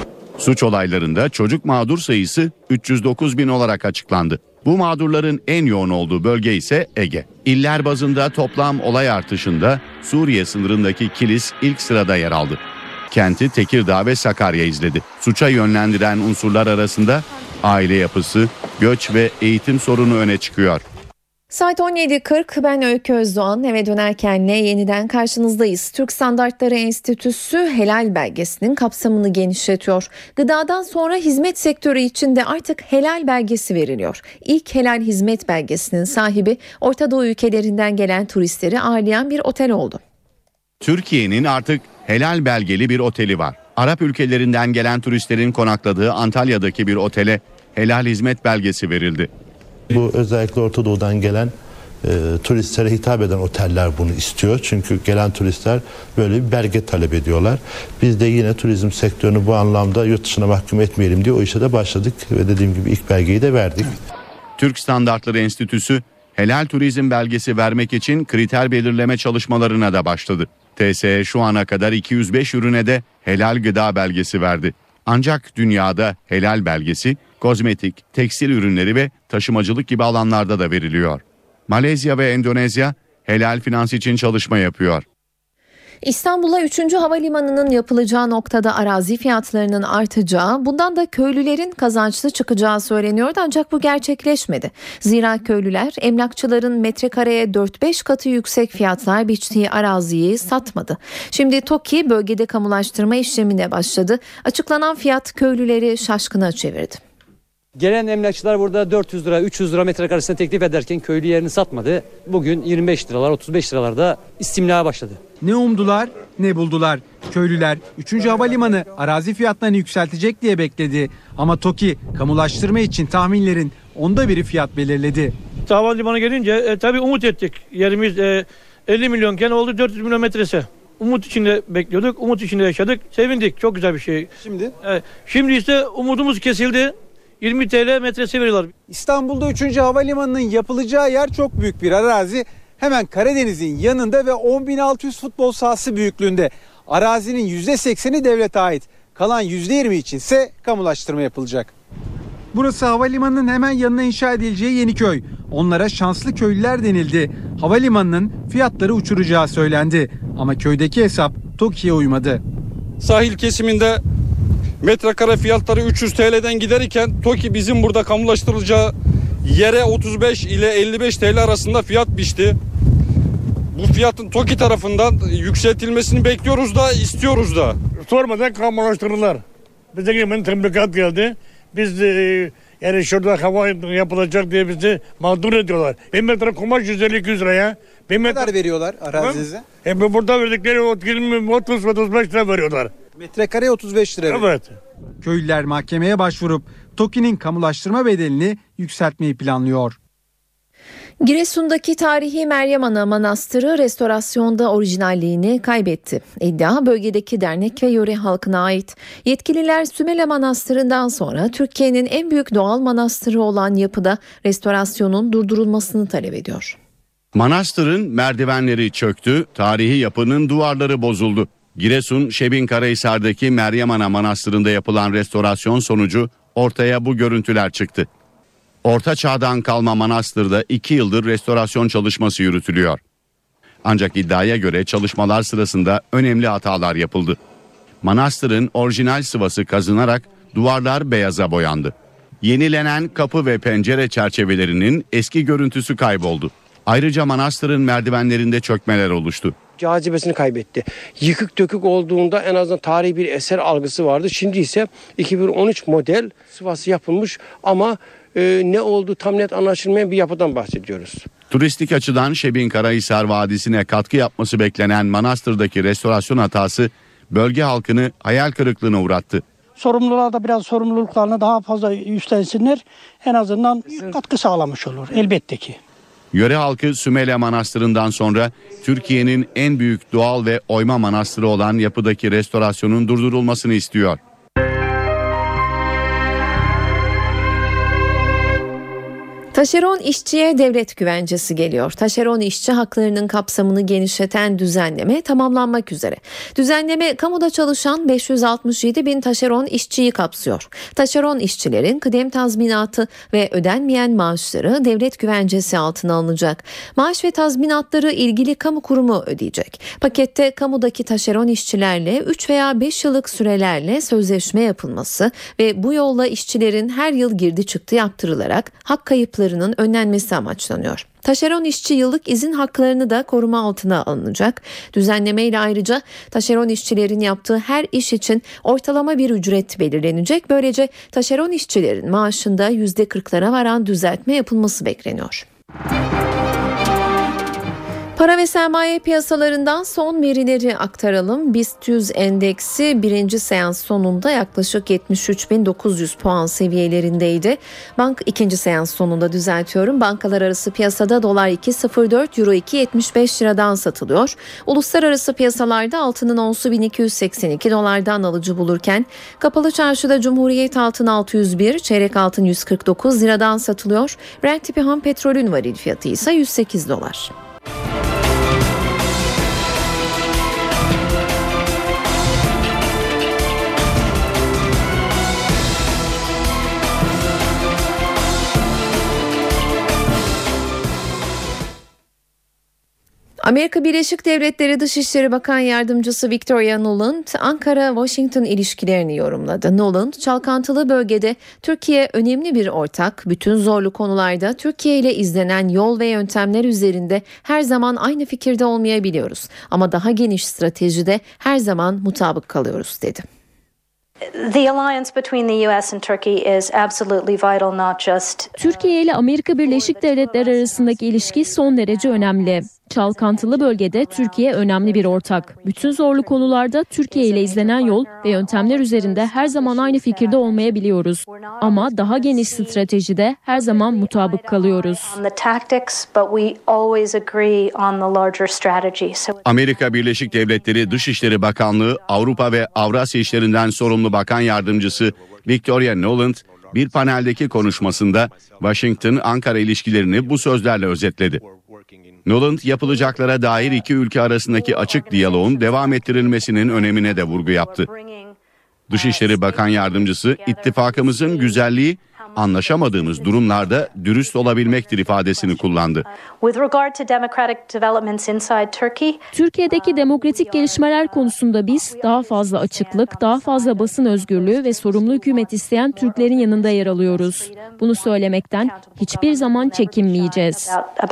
Suç olaylarında çocuk mağdur sayısı üç yüz dokuz bin olarak açıklandı. Bu mağdurların en yoğun olduğu bölge ise Ege. İller bazında toplam olay artışında Suriye sınırındaki Kilis ilk sırada yer aldı. Kenti Tekirdağ ve Sakarya izledi. Suça yönlendiren unsurlar arasında aile yapısı, göç ve eğitim sorunu öne çıkıyor. Saat on yedi kırk, ben Öykü Özdoğan. Eve dönerkenle yeniden karşınızdayız. Türk Standartları Enstitüsü helal belgesinin kapsamını genişletiyor. Gıdadan sonra hizmet sektörü için de artık helal belgesi veriliyor. İlk helal hizmet belgesinin sahibi Orta Doğu ülkelerinden gelen turistleri ağırlayan bir otel oldu. Türkiye'nin artık helal belgeli bir oteli var. Arap ülkelerinden gelen turistlerin konakladığı Antalya'daki bir otele helal hizmet belgesi verildi. Bu özellikle Orta Doğu'dan gelen e, turistlere hitap eden oteller bunu istiyor. Çünkü gelen turistler böyle bir belge talep ediyorlar. Biz de yine turizm sektörünü bu anlamda yurt dışına mahkum etmeyelim diye o işe de başladık ve dediğim gibi ilk belgeyi de verdik. Türk Standartları Enstitüsü helal turizm belgesi vermek için kriter belirleme çalışmalarına da başladı. T S E şu ana kadar iki yüz beş ürüne de helal gıda belgesi verdi. Ancak dünyada helal belgesi kozmetik, tekstil ürünleri ve taşımacılık gibi alanlarda da veriliyor. Malezya ve Endonezya helal finans için çalışma yapıyor. İstanbul'a üçüncü havalimanının yapılacağı noktada arazi fiyatlarının artacağı, bundan da köylülerin kazançlı çıkacağı söyleniyordu ancak bu gerçekleşmedi. Zira köylüler emlakçıların metrekareye dört beş katı yüksek fiyatlar biçtiği araziyi satmadı. Şimdi TOKİ bölgede kamulaştırma işlemine başladı. Açıklanan fiyat köylüleri şaşkına çevirdi. Gelen emlakçılar burada dört yüz lira, üç yüz lira metrekaresine teklif ederken köylü yerini satmadı. Bugün yirmi beş liralar, otuz beş liralarda istimlaya başladı. Ne umdular ne buldular. Köylüler üçüncü havalimanı arazi fiyatlarını yükseltecek diye bekledi. Ama TOKİ kamulaştırma için tahminlerin onda biri fiyat belirledi. Havalimanı gelince e, tabii umut ettik. Yerimiz e, elli milyonken oldu dört yüz milyon metresi. Umut içinde bekliyorduk, umut içinde yaşadık, sevindik. Çok güzel bir şey. Şimdi? E, şimdi ise umudumuz kesildi. yirmi TL metresi veriyorlar. İstanbul'da üçüncü havalimanının yapılacağı yer çok büyük bir arazi. Hemen Karadeniz'in yanında ve on bin altı yüz futbol sahası büyüklüğünde. Arazinin yüzde sekseni devlete ait. Kalan yüzde yirmi içinse kamulaştırma yapılacak. Burası havalimanının hemen yanına inşa edileceği Yeniköy. Onlara şanslı köylüler denildi. Havalimanının fiyatları uçuracağı söylendi. Ama köydeki hesap TOKİ'ye uymadı. Sahil kesiminde metrekare fiyatları üç yüz TL'den giderken TOKİ bizim burada kamulaştırılacağı yere otuz beş ile elli beş TL arasında fiyat biçti. Bu fiyatın TOKİ tarafından yükseltilmesini bekliyoruz da istiyoruz da. Sormadan kamulaştırırlar. Bize hemen tebligat geldi. Biz e, yani şurada hava yapılacak diye bizi mağdur ediyorlar. Bir metre kumaş yüz elli iki yüz liraya. Bir metre... Ne kadar veriyorlar arazinize? E, burada verdikleri yirmi otuz otuz beş lira veriyorlar. Metrekare otuz beş lira. Evet. Köylüler mahkemeye başvurup TOKİ'nin kamulaştırma bedelini yükseltmeyi planlıyor. Giresun'daki tarihi Meryem Ana Manastırı restorasyonda orijinalliğini kaybetti. İddia bölgedeki dernek ve yöre halkına ait. Yetkililer Sümele Manastırı'ndan sonra Türkiye'nin en büyük doğal manastırı olan yapıda restorasyonun durdurulmasını talep ediyor. Manastırın merdivenleri çöktü, tarihi yapının duvarları bozuldu. Giresun Şebinkarahisar'daki Meryem Ana Manastırı'nda yapılan restorasyon sonucu ortaya bu görüntüler çıktı. Orta Çağ'dan kalma manastırda iki yıldır restorasyon çalışması yürütülüyor. Ancak iddiaya göre çalışmalar sırasında önemli hatalar yapıldı. Manastırın orijinal sıvası kazınarak duvarlar beyaza boyandı. Yenilenen kapı ve pencere çerçevelerinin eski görüntüsü kayboldu. Ayrıca manastırın merdivenlerinde çökmeler oluştu. Cazibesini kaybetti. Yıkık dökük olduğunda en azından tarihi bir eser algısı vardı. Şimdi ise iki bin on üç model sıvası yapılmış ama e, ne olduğu tam net anlaşılmayan bir yapıdan bahsediyoruz. Turistik açıdan Şebinkarahisar Vadisi'ne katkı yapması beklenen manastırdaki restorasyon hatası bölge halkını hayal kırıklığına uğrattı. Sorumlular da biraz sorumluluklarını daha fazla üstlensinler. En azından katkı sağlamış olur elbette ki. Yöre halkı Sümele Manastırı'ndan sonra Türkiye'nin en büyük doğal ve oyma manastırı olan yapıdaki restorasyonun durdurulmasını istiyor. Taşeron işçiye devlet güvencesi geliyor. Taşeron işçi haklarının kapsamını genişleten düzenleme tamamlanmak üzere. Düzenleme kamuda çalışan beş yüz altmış yedi bin taşeron işçiyi kapsıyor. Taşeron işçilerin kıdem tazminatı ve ödenmeyen maaşları devlet güvencesi altına alınacak. Maaş ve tazminatları ilgili kamu kurumu ödeyecek. Pakette kamudaki taşeron işçilerle üç veya beş yıllık sürelerle sözleşme yapılması ve bu yolla işçilerin her yıl girdi çıktı yaptırılarak hak kayıpları artışlarının önlenmesi amaçlanıyor. Taşeron işçi yıllık izin haklarını da koruma altına alınacak. Düzenlemeyle ayrıca taşeron işçilerin yaptığı her iş için ortalama bir ücret belirlenecek. Böylece taşeron işçilerin maaşında yüzde kırklara varan düzeltme yapılması bekleniyor. Para ve sermaye piyasalarından son verileri aktaralım. BIST yüz endeksi birinci seans sonunda yaklaşık yetmiş üç bin dokuz yüz puan seviyelerindeydi. Bank ikinci seans sonunda düzeltiyorum. Bankalar arası piyasada dolar iki virgül sıfır dört, euro iki virgül yetmiş beş liradan satılıyor. Uluslararası piyasalarda altının onsu bin iki yüz seksen iki dolardan alıcı bulurken kapalı çarşıda Cumhuriyet altın altı yüz bir, çeyrek altın yüz kırk dokuz liradan satılıyor. Brent tipi ham petrolün varil fiyatı ise yüz sekiz dolar. Amerika Birleşik Devletleri Dışişleri Bakan Yardımcısı Victoria Nuland, Ankara-Washington ilişkilerini yorumladı. Nuland, çalkantılı bölgede Türkiye önemli bir ortak, bütün zorlu konularda Türkiye ile izlenen yol ve yöntemler üzerinde her zaman aynı fikirde olmayabiliyoruz. Ama daha geniş stratejide her zaman mutabık kalıyoruz, dedi. The alliance between the U S and Turkey is absolutely vital, not just. Türkiye ile Amerika Birleşik Devletleri arasındaki ilişki son derece önemli. Çalkantılı bölgede Türkiye önemli bir ortak. Bütün zorlu konularda Türkiye ile izlenen yol ve yöntemler üzerinde her zaman aynı fikirde olmayabiliyoruz. Ama daha geniş stratejide her zaman mutabık kalıyoruz. Amerika Birleşik Devletleri Dışişleri Bakanlığı Avrupa ve Avrasya İşlerinden sorumlu Bakan Yardımcısı Victoria Nuland bir paneldeki konuşmasında Washington-Ankara ilişkilerini bu sözlerle özetledi. Nuland yapılacaklara dair iki ülke arasındaki açık diyaloğun devam ettirilmesinin önemine de vurgu yaptı. Dışişleri Bakan Yardımcısı, ittifakımızın güzelliği anlaşamadığımız durumlarda dürüst olabilmektir ifadesini kullandı. Türkiye'deki demokratik gelişmeler konusunda biz daha fazla açıklık, daha fazla basın özgürlüğü ve sorumlu hükümet isteyen Türklerin yanında yer alıyoruz. Bunu söylemekten hiçbir zaman çekinmeyeceğiz.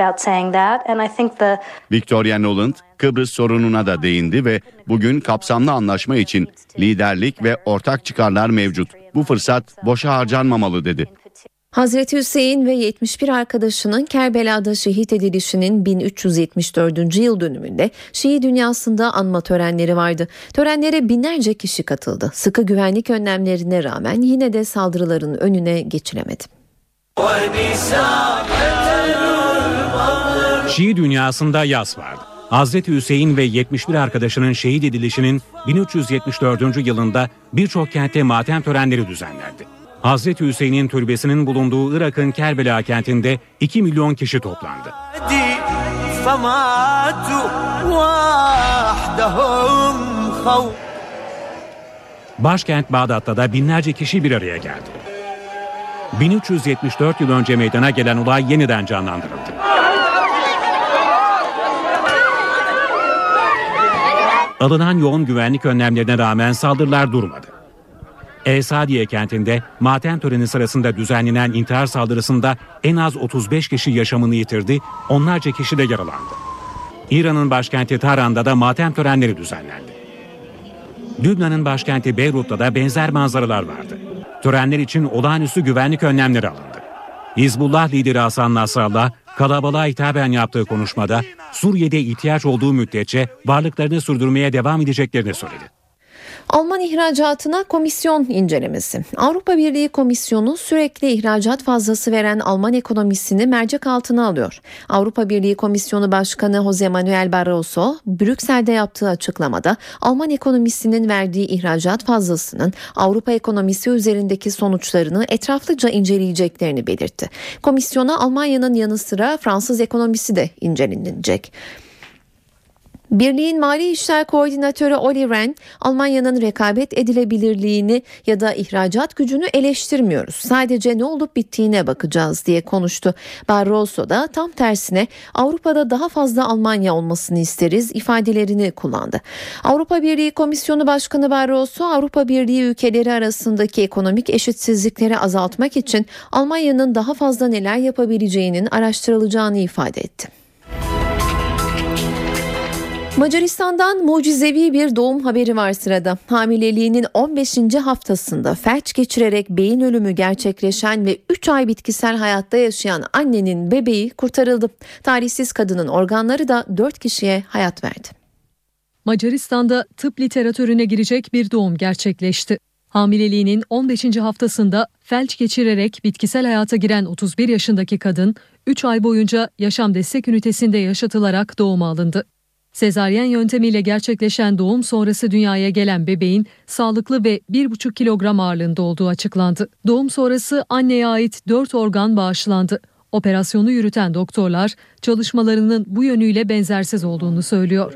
Victoria Nuland, Kıbrıs sorununa da değindi ve bugün kapsamlı anlaşma için liderlik ve ortak çıkarlar mevcut. Bu fırsat boşa harcanmamalı, dedi. Hazreti Hüseyin ve yetmiş bir arkadaşının Kerbela'da şehit edilişinin bin üç yüz yetmiş dördüncü yıl dönümünde Şii dünyasında anma törenleri vardı. Törenlere binlerce kişi katıldı. Sıkı güvenlik önlemlerine rağmen yine de saldırıların önüne geçilemedi. Şii dünyasında yas vardı. Hazreti Hüseyin ve yetmiş bir arkadaşının şehit edilişinin bin üç yüz yetmiş dördüncü yılında birçok kentte matem törenleri düzenlendi. Hazreti Hüseyin'in türbesinin bulunduğu Irak'ın Kerbela kentinde iki milyon kişi toplandı. Başkent Bağdat'ta da binlerce kişi bir araya geldi. bin üç yüz yetmiş dört yıl önce meydana gelen olay yeniden canlandırıldı. Alınan yoğun güvenlik önlemlerine rağmen saldırılar durmadı. El-Sadiye kentinde matem töreni sırasında düzenlenen intihar saldırısında en az otuz beş kişi yaşamını yitirdi, onlarca kişi de yaralandı. İran'ın başkenti Tahran'da da matem törenleri düzenlendi. Lübnan'ın başkenti Beyrut'ta da benzer manzaralar vardı. Törenler için olağanüstü güvenlik önlemleri alındı. Hizbullah lideri Hasan Nasrallah, kalabalığa hitaben yaptığı konuşmada Suriye'de ihtiyaç olduğu müddetçe varlıklarını sürdürmeye devam edeceklerini söyledi. Alman ihracatına komisyon incelemesi. Avrupa Birliği Komisyonu sürekli ihracat fazlası veren Alman ekonomisini mercek altına alıyor. Avrupa Birliği Komisyonu Başkanı Jose Manuel Barroso, Brüksel'de yaptığı açıklamada Alman ekonomisinin verdiği ihracat fazlasının Avrupa ekonomisi üzerindeki sonuçlarını etraflıca inceleyeceklerini belirtti. Komisyona Almanya'nın yanı sıra Fransız ekonomisi de incelenecek. Birliğin Mali İşler Koordinatörü Olli Rehn, Almanya'nın rekabet edilebilirliğini ya da ihracat gücünü eleştirmiyoruz. Sadece ne olup bittiğine bakacağız diye konuştu. Barroso da tam tersine Avrupa'da daha fazla Almanya olmasını isteriz ifadelerini kullandı. Avrupa Birliği Komisyonu Başkanı Barroso, Avrupa Birliği ülkeleri arasındaki ekonomik eşitsizlikleri azaltmak için Almanya'nın daha fazla neler yapabileceğinin araştırılacağını ifade etti. Macaristan'dan mucizevi bir doğum haberi var sırada. Hamileliğinin on beşinci haftasında felç geçirerek beyin ölümü gerçekleşen ve üç ay bitkisel hayatta yaşayan annenin bebeği kurtarıldı. Talihsiz kadının organları da dört kişiye hayat verdi. Macaristan'da tıp literatürüne girecek bir doğum gerçekleşti. Hamileliğinin on beşinci haftasında felç geçirerek bitkisel hayata giren otuz bir yaşındaki kadın üç ay boyunca yaşam destek ünitesinde yaşatılarak doğuma alındı. Sezaryen yöntemiyle gerçekleşen doğum sonrası dünyaya gelen bebeğin sağlıklı ve bir buçuk kilogram ağırlığında olduğu açıklandı. Doğum sonrası anneye ait dört organ bağışlandı. Operasyonu yürüten doktorlar çalışmalarının bu yönüyle benzersiz olduğunu söylüyor.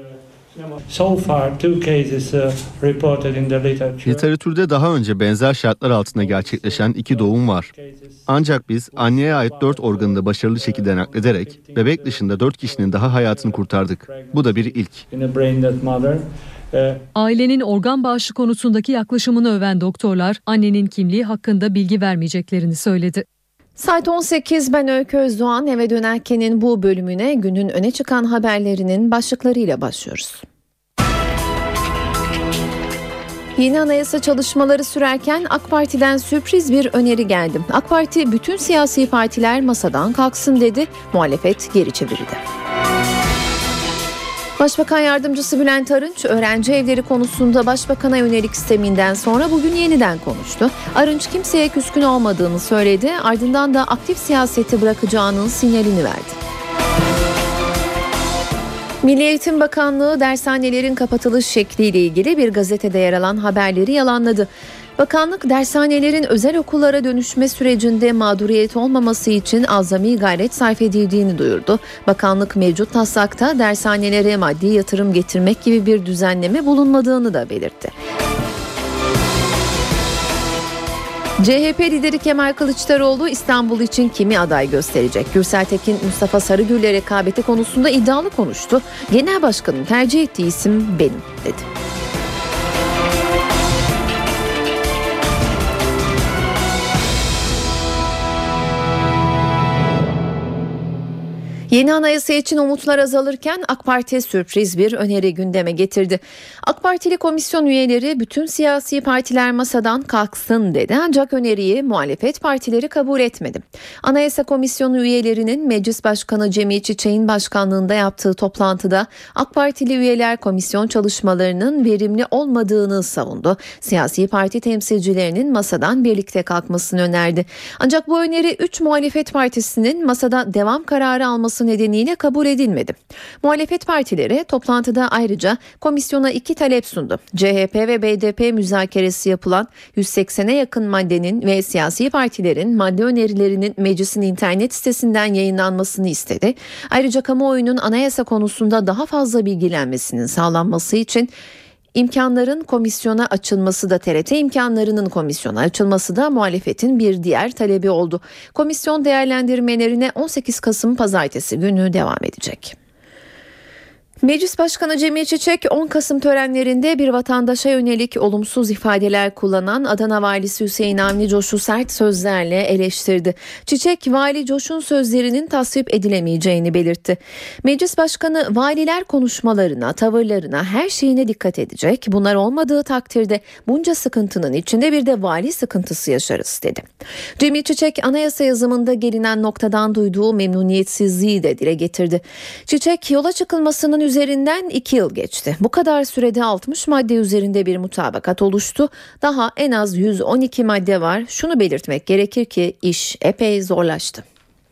Literatürde daha önce benzer şartlar altında gerçekleşen iki doğum var. Ancak biz anneye ait dört organı da başarılı şekilde naklederek bebek dışında dört kişinin daha hayatını kurtardık. Bu da bir ilk. Ailenin organ bağışı konusundaki yaklaşımını öven doktorlar annenin kimliği hakkında bilgi vermeyeceklerini söyledi. Saat on sekiz, ben Öykü Özdoğan. Eve dönerkenin bu bölümüne günün öne çıkan haberlerinin başlıklarıyla başlıyoruz. Yeni anayasa çalışmaları sürerken AK Parti'den sürpriz bir öneri geldi. AK Parti bütün siyasi partiler masadan kalksın dedi, muhalefet geri çevirdi. Başbakan Yardımcısı Bülent Arınç, öğrenci evleri konusunda Başbakan'a yönelik sisteminden sonra bugün yeniden konuştu. Arınç kimseye küskün olmadığını söyledi, ardından da aktif siyaseti bırakacağının sinyalini verdi. Milli Eğitim Bakanlığı dershanelerin kapatılış şekliyle ilgili bir gazetede yer alan haberleri yalanladı. Bakanlık dershanelerin özel okullara dönüşme sürecinde mağduriyet olmaması için azami gayret sarf edildiğini duyurdu. Bakanlık mevcut taslakta dershanelere maddi yatırım getirmek gibi bir düzenleme bulunmadığını da belirtti. C H P lideri Kemal Kılıçdaroğlu İstanbul için kimi aday gösterecek? Gürsel Tekin, Mustafa Sarıgül'le rekabeti konusunda iddialı konuştu. Genel başkanın tercih ettiği isim benim dedi. Yeni anayasa için umutlar azalırken AK Parti sürpriz bir öneri gündeme getirdi. AK Partili komisyon üyeleri bütün siyasi partiler masadan kalksın dedi, ancak öneriyi muhalefet partileri kabul etmedi. Anayasa Komisyonu üyelerinin Meclis Başkanı Cemil Çiçek'in başkanlığında yaptığı toplantıda AK Partili üyeler komisyon çalışmalarının verimli olmadığını savundu. Siyasi parti temsilcilerinin masadan birlikte kalkmasını önerdi. Ancak bu öneri üç muhalefet partisinin masada devam kararı alması nedeniyle kabul edilmedi. Muhalefet partileri toplantıda ayrıca komisyona iki talep sundu. C H P ve B D P müzakeresi yapılan yüz seksene yakın maddenin ve siyasi partilerin madde önerilerinin meclisin internet sitesinden yayınlanmasını istedi. Ayrıca kamuoyunun anayasa konusunda daha fazla bilgilenmesinin sağlanması için İmkanların komisyona açılması da T R T imkanlarının komisyona açılması da muhalefetin bir diğer talebi oldu. Komisyon değerlendirmelerine on sekiz Kasım Pazartesi günü devam edecek. Meclis Başkanı Cemil Çiçek on Kasım törenlerinde bir vatandaşa yönelik olumsuz ifadeler kullanan Adana Valisi Hüseyin Avni Coş'u sert sözlerle eleştirdi. Çiçek, Vali Coş'un sözlerinin tasvip edilemeyeceğini belirtti. Meclis Başkanı valiler konuşmalarına, tavırlarına, her şeyine dikkat edecek. Bunlar olmadığı takdirde bunca sıkıntının içinde bir de vali sıkıntısı yaşarız dedi. Cemil Çiçek, anayasa yazımında gelinen noktadan duyduğu memnuniyetsizliği de dile getirdi. Çiçek, yola çıkılmasının üzerinden iki yıl geçti. Bu kadar sürede altmış madde üzerinde bir mutabakat oluştu. Daha en az yüz on iki madde var. Şunu belirtmek gerekir ki iş epey zorlaştı.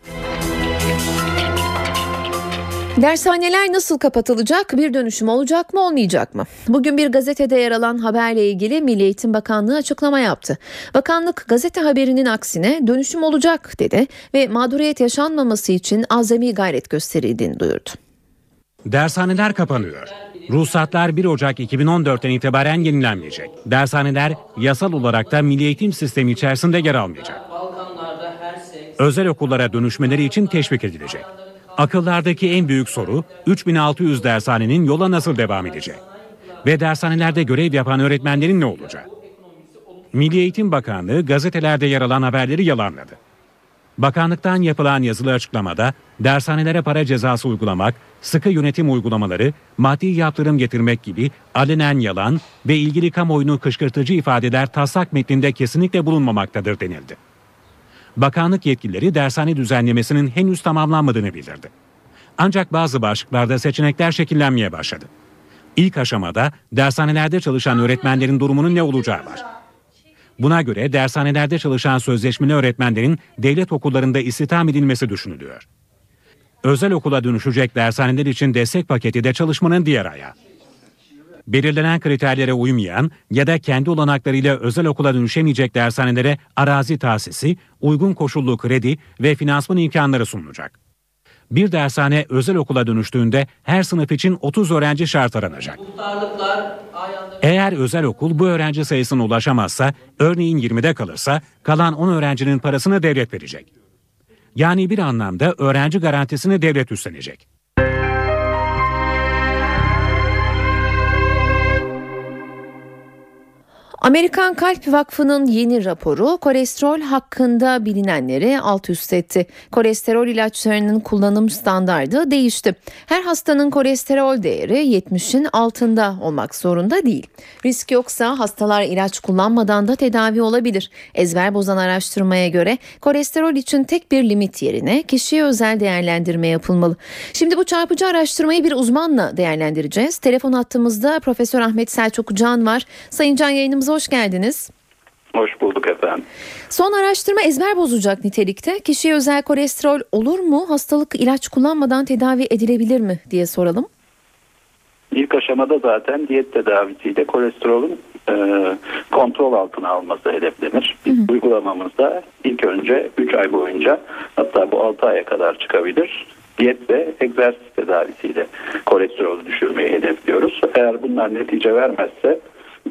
Dershaneler nasıl kapatılacak? Bir dönüşüm olacak mı, olmayacak mı? Bugün bir gazetede yer alan haberle ilgili Milli Eğitim Bakanlığı açıklama yaptı. Bakanlık gazete haberinin aksine dönüşüm olacak dedi ve mağduriyet yaşanmaması için azami gayret gösterildiğini duyurdu. Dershaneler kapanıyor. Ruhsatlar bir Ocak iki bin on dörtten itibaren yenilenmeyecek. Dershaneler yasal olarak da milli eğitim sistemi içerisinde yer almayacak. Özel okullara dönüşmeleri için teşvik edilecek. Akıllardaki en büyük soru üç bin altı yüz dershanenin yola nasıl devam edecek? Ve dershanelerde görev yapan öğretmenlerin ne olacak? Milli Eğitim Bakanlığı gazetelerde yer alan haberleri yalanladı. Bakanlıktan yapılan yazılı açıklamada dershanelere para cezası uygulamak, sıkı yönetim uygulamaları, maddi yaptırım getirmek gibi alenen yalan ve ilgili kamuoyunu kışkırtıcı ifadeler taslak metninde kesinlikle bulunmamaktadır denildi. Bakanlık yetkilileri dershane düzenlemesinin henüz tamamlanmadığını bildirdi. Ancak bazı başlıklarda seçenekler şekillenmeye başladı. İlk aşamada dershanelerde çalışan öğretmenlerin durumunun ne olacağı var. Buna göre dershanelerde çalışan sözleşmeli öğretmenlerin devlet okullarında istihdam edilmesi düşünülüyor. Özel okula dönüşecek dershaneler için destek paketi de çalışmanın diğer ayağı. Belirlenen kriterlere uymayan ya da kendi olanaklarıyla özel okula dönüşemeyecek dershanelere arazi tahsisi, uygun koşullu kredi ve finansman imkanları sunulacak. Bir dershane özel okula dönüştüğünde her sınıf için otuz öğrenci şart aranacak. Eğer özel okul bu öğrenci sayısına ulaşamazsa, örneğin yirmide kalırsa, kalan on öğrencinin parasını devlet verecek. Yani bir anlamda öğrenci garantisini devlet üstlenecek. Amerikan Kalp Vakfı'nın yeni raporu kolesterol hakkında bilinenleri alt üst etti. Kolesterol ilaçlarının kullanım standardı değişti. Her hastanın kolesterol değeri yetmişin altında olmak zorunda değil. Risk yoksa hastalar ilaç kullanmadan da tedavi olabilir. Ezber bozan araştırmaya göre kolesterol için tek bir limit yerine kişiye özel değerlendirme yapılmalı. Şimdi bu çarpıcı araştırmayı bir uzmanla değerlendireceğiz. Telefon hattımızda Profesör Ahmet Selçuk Can var. Sayın Can, yayınımıza hoş geldiniz. Hoş bulduk efendim. Son araştırma ezber bozacak nitelikte. Kişiye özel kolesterol olur mu? Hastalık ilaç kullanmadan tedavi edilebilir mi diye soralım. İlk aşamada zaten diyet tedavisiyle kolesterolün e, kontrol altına alması hedeflenir. Biz hı hı. uygulamamızda ilk önce üç ay boyunca, hatta bu altı aya kadar çıkabilir, diyet ve egzersiz tedavisiyle kolesterolü düşürmeyi hedefliyoruz. Eğer bunlar netice vermezse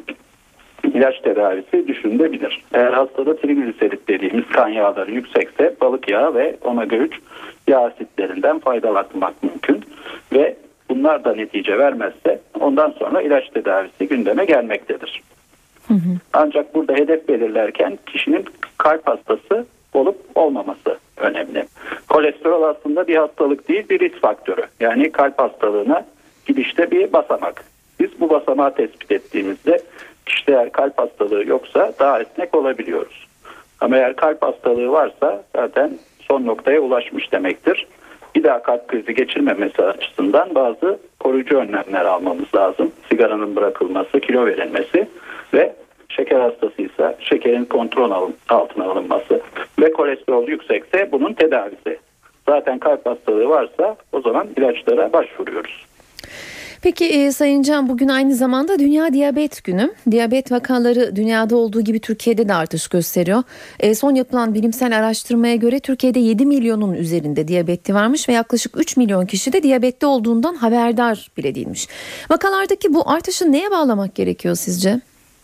ilaç tedavisi düşünülebilir. Eğer hastada trigliserit dediğimiz kan yağları yüksekse balık yağı ve omega üç yağ asitlerinden faydalanmak mümkün ve bunlar da netice vermezse ondan sonra ilaç tedavisi gündeme gelmektedir. Hı hı. Ancak burada hedef belirlerken kişinin kalp hastası olup olmaması önemli. Kolesterol aslında bir hastalık değil, bir risk faktörü. Yani kalp hastalığına gidişte bir basamak. Biz bu basamağı tespit ettiğimizde kişide eğer kalp hastalığı yoksa daha esnek olabiliyoruz. Ama eğer kalp hastalığı varsa zaten son noktaya ulaşmış demektir. Bir daha kalp krizi geçirmemesi açısından bazı koruyucu önlemler almamız lazım. Sigaranın bırakılması, kilo verilmesi ve şeker hastasıysa şekerin kontrol altına alınması ve kolesterol yüksekse bunun tedavisi. Zaten kalp hastalığı varsa o zaman ilaçlara başvuruyoruz. Peki e, Sayın Can, bugün aynı zamanda Dünya Diyabet Günü. Diyabet vakaları dünyada olduğu gibi Türkiye'de de artış gösteriyor. E, son yapılan bilimsel araştırmaya göre Türkiye'de yedi milyonun üzerinde diyabetli varmış ve yaklaşık üç milyon kişi de diyabetli olduğundan haberdar bile değilmiş. Vakalardaki bu artışı neye bağlamak gerekiyor sizce?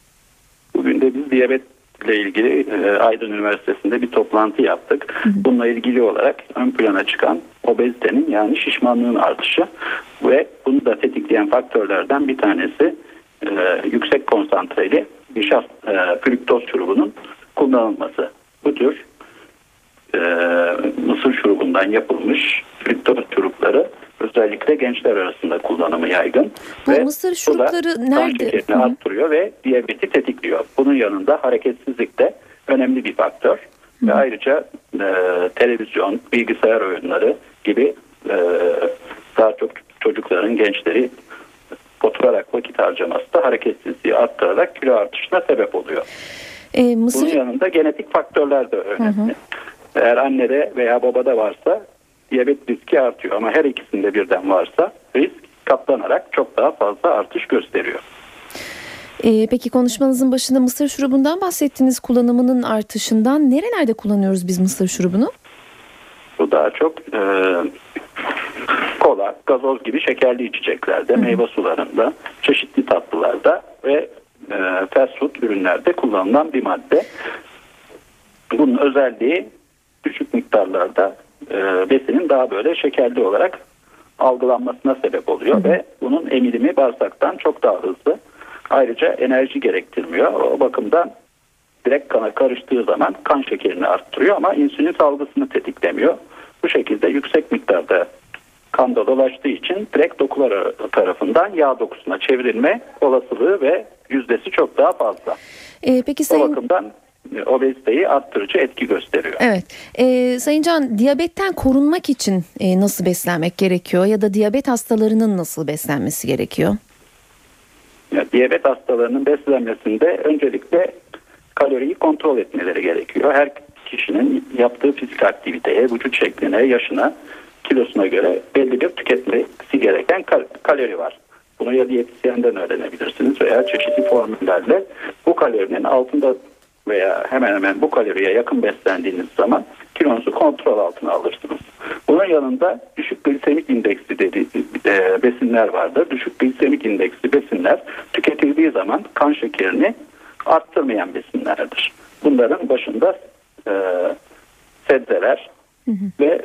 Bugün de biz diyabetle ilgili e, Aydın Üniversitesi'nde bir toplantı yaptık. Hı hı. Bununla ilgili olarak ön plana çıkan obezitenin, yani şişmanlığın artışı ve bunu da tetikleyen faktörlerden bir tanesi e, yüksek konsantreli nişast, e, fruktoz şurubunun kullanılması. Bu tür e, mısır şurubundan yapılmış fruktoz şurupları özellikle gençler arasında kullanımı yaygın. Bu ve mısır şurupları nerede? Kan şekerini arttırıyor ve diyabeti tetikliyor. Bunun yanında hareketsizlik de önemli bir faktör. Hı. Ve ayrıca e, televizyon, bilgisayar oyunları gibi e, daha çok çocukların, gençleri oturarak vakit harcaması da hareketsizliği arttırarak kilo artışına sebep oluyor. E, mısır... Bunun yanında genetik faktörler de önemli. Hı hı. Eğer annede veya babada varsa diyabet riski artıyor ama her ikisinde birden varsa risk katlanarak çok daha fazla artış gösteriyor. Ee, peki konuşmanızın başında mısır şurubundan bahsettiniz, kullanımının artışından. Nerelerde kullanıyoruz biz mısır şurubunu? Bu daha çok e, Kola, gazoz gibi şekerli içeceklerde, meyve sularında, çeşitli tatlılarda ve e, fast food ürünlerde kullanılan bir madde. Bunun özelliği düşük miktarlarda e, besinin daha böyle şekerli olarak algılanmasına sebep oluyor ve bunun emilimi bağırsaktan çok daha hızlı. Ayrıca enerji gerektirmiyor. O bakımdan direkt kana karıştığı zaman kan şekerini arttırıyor ama insülin salgısını tetiklemiyor. Bu şekilde yüksek miktarda kanda dolaştığı için direkt dokular tarafından yağ dokusuna çevrilme olasılığı ve yüzdesi çok daha fazla. Ee, peki sayın... O bakımdan obeziteyi arttırıcı etki gösteriyor. Evet. Ee, Sayın Can, diyabetten korunmak için e, nasıl beslenmek gerekiyor ya da diyabet hastalarının nasıl beslenmesi gerekiyor? Ya, diyabet hastalarının beslenmesinde öncelikle kaloriyi kontrol etmeleri gerekiyor. Her kişinin yaptığı fizik aktiviteye, vücut şekline, yaşına, kilosuna göre belli bir tüketmesi gereken kal- kalori var. Bunu ya diyetisyenden öğrenebilirsiniz veya çeşitli formüllerle bu kalorinin altında veya hemen hemen bu kaloriye yakın beslendiğiniz zaman kilonuzu kontrol altına alırsınız. Bunun yanında düşük glisemik indeksi dediği e, besinler vardır. Düşük glisemik indeksli besinler tüketildiği zaman kan şekerini arttırmayan besinlerdir. Bunların başında e, sebzeler hı hı. ve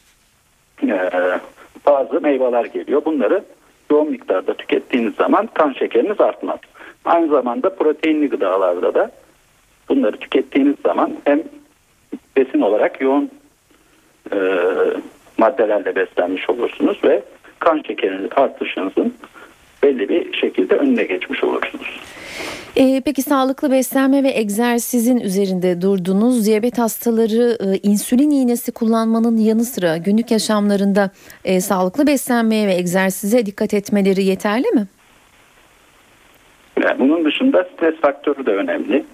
e, bazı meyveler geliyor. Bunları yoğun miktarda tükettiğiniz zaman kan şekeriniz artmaz. Aynı zamanda proteinli gıdalarda da bunları tükettiğiniz zaman hem besin olarak yoğun e, maddelerle beslenmiş olursunuz ve kan şekeriniz artışınızın belli bir şekilde önüne geçmiş olursunuz. Ee, peki sağlıklı beslenme ve egzersizin üzerinde durdunuz. Diyabet hastaları e, insülin iğnesi kullanmanın yanı sıra günlük yaşamlarında e, sağlıklı beslenmeye ve egzersize dikkat etmeleri yeterli mi? Yani bunun dışında stres faktörü de önemli.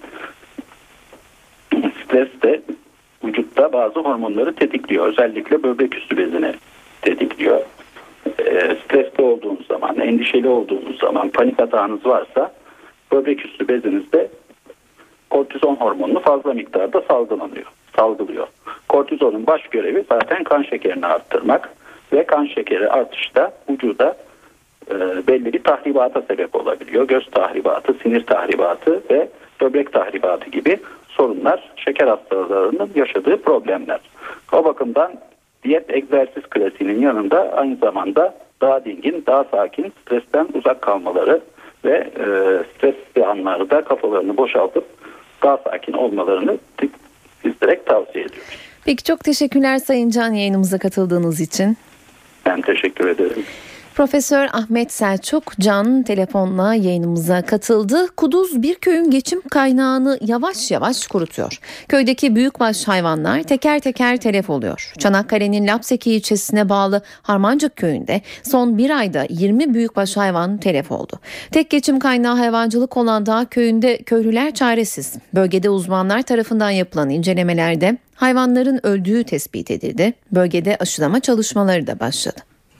Stres de vücutta bazı hormonları tetikliyor. Özellikle böbrek üstü bezini tetikliyor. E, stresli olduğunuz zaman, endişeli olduğunuz zaman, panik atağınız varsa böbrek üstü bezinizde kortizon hormonunu fazla miktarda salgılanıyor, salgılıyor. Kortizonun baş görevi zaten kan şekerini arttırmak ve kan şekeri artışta vücuda e, belli bir tahribata sebep olabiliyor. Göz tahribatı, sinir tahribatı ve böbrek tahribatı gibi sorunlar şeker hastalarının yaşadığı problemler. O bakımdan diyet egzersiz klasiğinin yanında aynı zamanda daha dingin, daha sakin, stresten uzak kalmaları ve e, stresli anlarda kafalarını boşaltıp daha sakin olmalarını biz direkt tavsiye ediyoruz. Peki çok teşekkürler Sayın Can yayınımıza katıldığınız için. Ben teşekkür ederim. Profesör Ahmet Selçuk Can telefonla yayınımıza katıldı. Kuduz bir köyün geçim kaynağını yavaş yavaş kurutuyor. Köydeki büyükbaş hayvanlar teker teker telef oluyor. Çanakkale'nin Lapseki ilçesine bağlı Harmancık köyünde son bir ayda yirmi büyükbaş hayvan telef oldu. Tek geçim kaynağı hayvancılık olan Dağ köyünde köylüler çaresiz. Bölgede uzmanlar tarafından yapılan incelemelerde hayvanların öldüğü tespit edildi. Bölgede aşılama çalışmaları da başladı.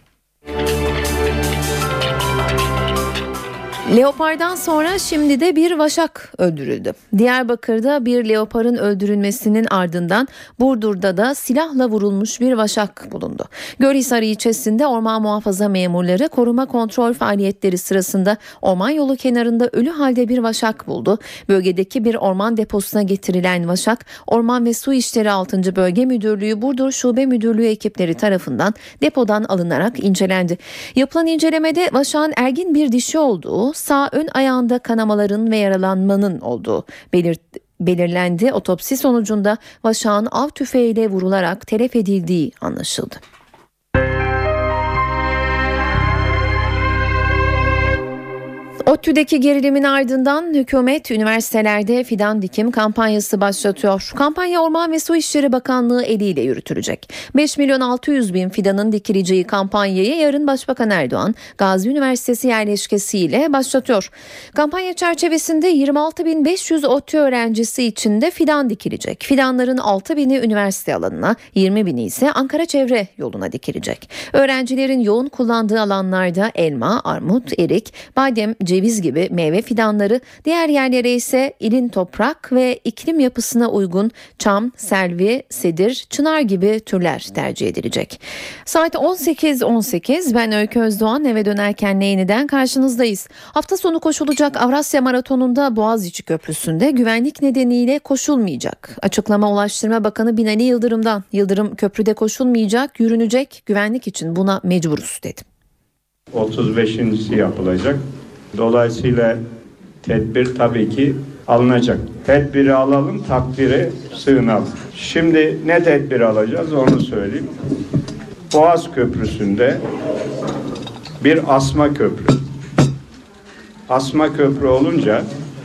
Leopardan sonra şimdi de bir vaşak öldürüldü. Diyarbakır'da bir leoparın öldürülmesinin ardından Burdur'da da silahla vurulmuş bir vaşak bulundu. Gölhisar ilçesinde orman muhafaza memurları koruma kontrol faaliyetleri sırasında orman yolu kenarında ölü halde bir vaşak buldu. Bölgedeki bir orman deposuna getirilen vaşak Orman ve Su İşleri altıncı Bölge Müdürlüğü Burdur Şube Müdürlüğü ekipleri tarafından depodan alınarak incelendi. Yapılan incelemede vaşağın ergin bir dişi olduğu, sağ ön ayağında kanamaların ve yaralanmanın olduğu belir- belirlendi. Otopsi sonucunda vaşağın av tüfeğiyle vurularak telef edildiği anlaşıldı. ODTÜ'deki gerilimin ardından hükümet üniversitelerde fidan dikim kampanyası başlatıyor. Kampanya Orman ve Su İşleri Bakanlığı eliyle yürütülecek. beş milyon altı yüz bin fidanın dikileceği kampanyayı yarın Başbakan Erdoğan Gazi Üniversitesi yerleşkesiyle başlatıyor. Kampanya çerçevesinde yirmi altı bin beş yüz ODTÜ öğrencisi için de fidan dikilecek. Fidanların altı bini üniversite alanına, yirmi bini ise Ankara Çevre yoluna dikilecek. Öğrencilerin yoğun kullandığı alanlarda elma, armut, erik, badem, ceviz gibi meyve fidanları, diğer yerlere ise ilin toprak ve iklim yapısına uygun çam, selvi, sedir, çınar gibi türler tercih edilecek. Saat on sekiz on sekiz, ben Öykü Özdoğan, eve dönerken yeniden karşınızdayız. Hafta sonu koşulacak Avrasya Maratonu'nda Boğaziçi Köprüsü'nde güvenlik nedeniyle koşulmayacak. Açıklama Ulaştırma Bakanı Binali Yıldırım'dan. Yıldırım, köprüde koşulmayacak, yürünecek, güvenlik için buna mecburuz dedi. otuz beşincisi yapılacak. Dolayısıyla tedbir tabii ki alınacak. Tedbiri alalım, takdire sığınalım. Şimdi ne tedbir alacağız onu söyleyeyim. Boğaz Köprüsü'nde bir asma köprü. Asma köprü olunca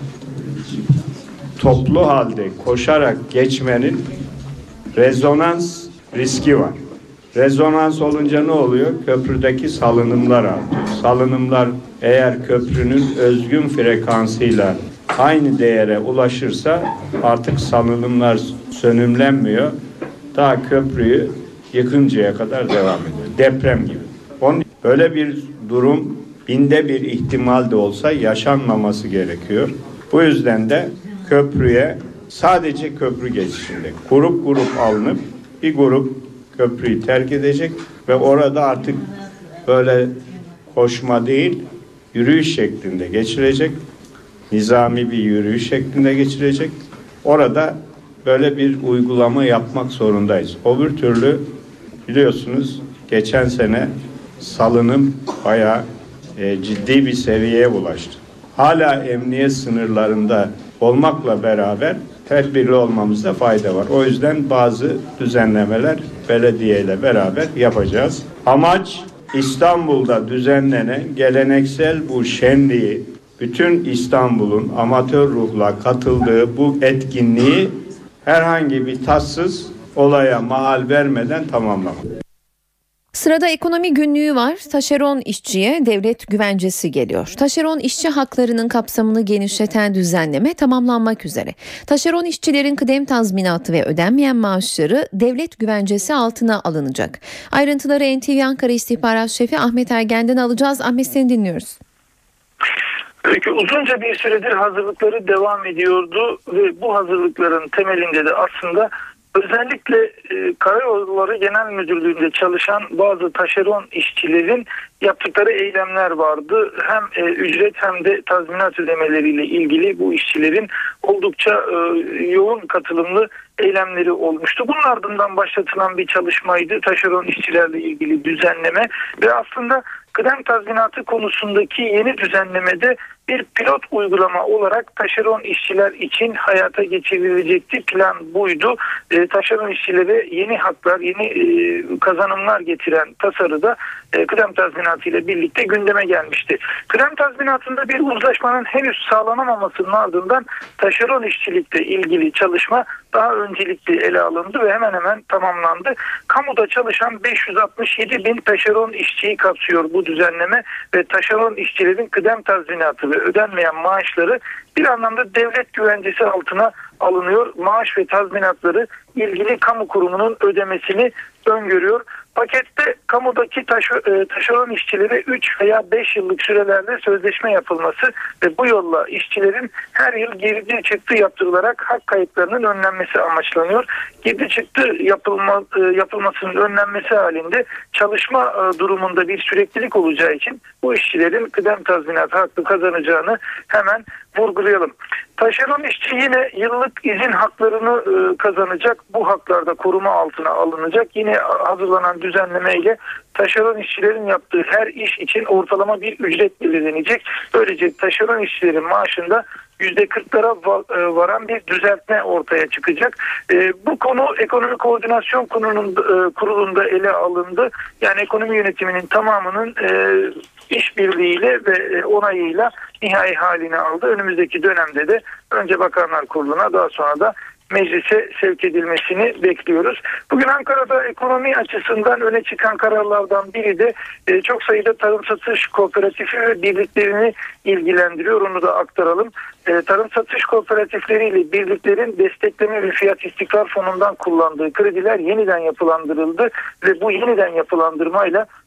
toplu halde koşarak geçmenin rezonans riski var. Rezonans olunca ne oluyor? Köprüdeki salınımlar artıyor. Salınımlar eğer köprünün özgün frekansıyla aynı değere ulaşırsa artık salınımlar sönümlenmiyor. Daha köprüyü yıkıncaya kadar devam ediyor. Deprem gibi. Onun böyle bir durum binde bir ihtimal de olsa yaşanmaması gerekiyor. Bu yüzden de köprüye sadece köprü geçişinde grup grup alınıp bir grup köprüyü terk edecek ve orada artık böyle koşma değil, yürüyüş şeklinde geçirecek. Nizami bir yürüyüş şeklinde geçirecek. Orada böyle bir uygulama yapmak zorundayız. Öbür türlü biliyorsunuz geçen sene salınım bayağı e, ciddi bir seviyeye ulaştı. Hala emniyet sınırlarında olmakla beraber tedbirli olmamızda fayda var. O yüzden bazı düzenlemeler belediyeyle beraber yapacağız. Amaç İstanbul'da düzenlenen geleneksel bu şenliği, bütün İstanbul'un amatör ruhla katıldığı bu etkinliği herhangi bir tatsız olaya mahal vermeden tamamlamak. Sırada ekonomi günlüğü var. Taşeron işçiye devlet güvencesi geliyor. Taşeron işçi haklarının kapsamını genişleten düzenleme tamamlanmak üzere. Taşeron işçilerin kıdem tazminatı ve ödenmeyen maaşları devlet güvencesi altına alınacak. Ayrıntıları N T V Ankara İstihbarat Şefi Ahmet Ergen'den alacağız. Ahmet, seni dinliyoruz. Peki, uzunca bir süredir hazırlıkları devam ediyordu ve bu hazırlıkların temelinde de aslında özellikle e, Karayolları Genel Müdürlüğü'nde çalışan bazı taşeron işçilerin yaptıkları eylemler vardı. Hem e, ücret hem de tazminat ödemeleriyle ilgili bu işçilerin oldukça e, yoğun katılımlı eylemleri olmuştu. Bunun ardından başlatılan bir çalışmaydı taşeron işçilerle ilgili düzenleme ve aslında kıdem tazminatı konusundaki yeni düzenlemede bir pilot uygulama olarak taşeron işçiler için hayata geçirilecekti. Plan buydu. E, taşeron işçilere yeni haklar, yeni e, kazanımlar getiren tasarıda e, kıdem tazminatı ile birlikte gündeme gelmişti. Kıdem tazminatında bir uzlaşmanın henüz sağlanamamasının ardından taşeron işçilikle ilgili çalışma daha öncelikli ele alındı ve hemen hemen tamamlandı. Kamuda çalışan beş yüz altmış yedi bin taşeron işçiyi kapsıyor bu düzenleme ve taşeron işçilerin kıdem tazminatı ve ödenmeyen maaşları bir anlamda devlet güvencesi altına alınıyor. Maaş ve tazminatları ilgili kamu kurumunun ödemesini öngörüyor. Pakette kamudaki taşı, taşeron işçilere üç veya beş yıllık sürelerde sözleşme yapılması ve bu yolla işçilerin her yıl girdi çıktı yaptırılarak hak kayıplarının önlenmesi amaçlanıyor. Girdi çıktı yapılma, yapılmasının önlenmesi halinde çalışma durumunda bir süreklilik olacağı için bu işçilerin kıdem tazminatı hakkı kazanacağını hemen vurgulayalım. Taşeron işçi yine yıllık izin haklarını e, kazanacak. Bu haklar da koruma altına alınacak. Yine hazırlanan düzenlemeyle taşeron işçilerin yaptığı her iş için ortalama bir ücret belirlenecek. Böylece taşeron işçilerin maaşında yüzde kırklara varan bir düzeltme ortaya çıkacak. E, bu konu Ekonomi Koordinasyon Kurulu'nda, e, kurulunda ele alındı. Yani ekonomi yönetiminin tamamının e, işbirliğiyle ve onayıyla nihai halini aldı. Önümüzdeki dönemde de önce Bakanlar Kurulu'na daha sonra da meclise sevk edilmesini bekliyoruz. Bugün Ankara'da ekonomi açısından öne çıkan kararlardan biri de e, çok sayıda tarım satış kooperatifi ve birliklerini ilgilendiriyor. Onu da aktaralım. E, tarım satış kooperatifleriyle birliklerin destekleme ve fiyat istikrar fonundan kullandığı krediler yeniden yapılandırıldı ve bu yeniden yapılandırmayla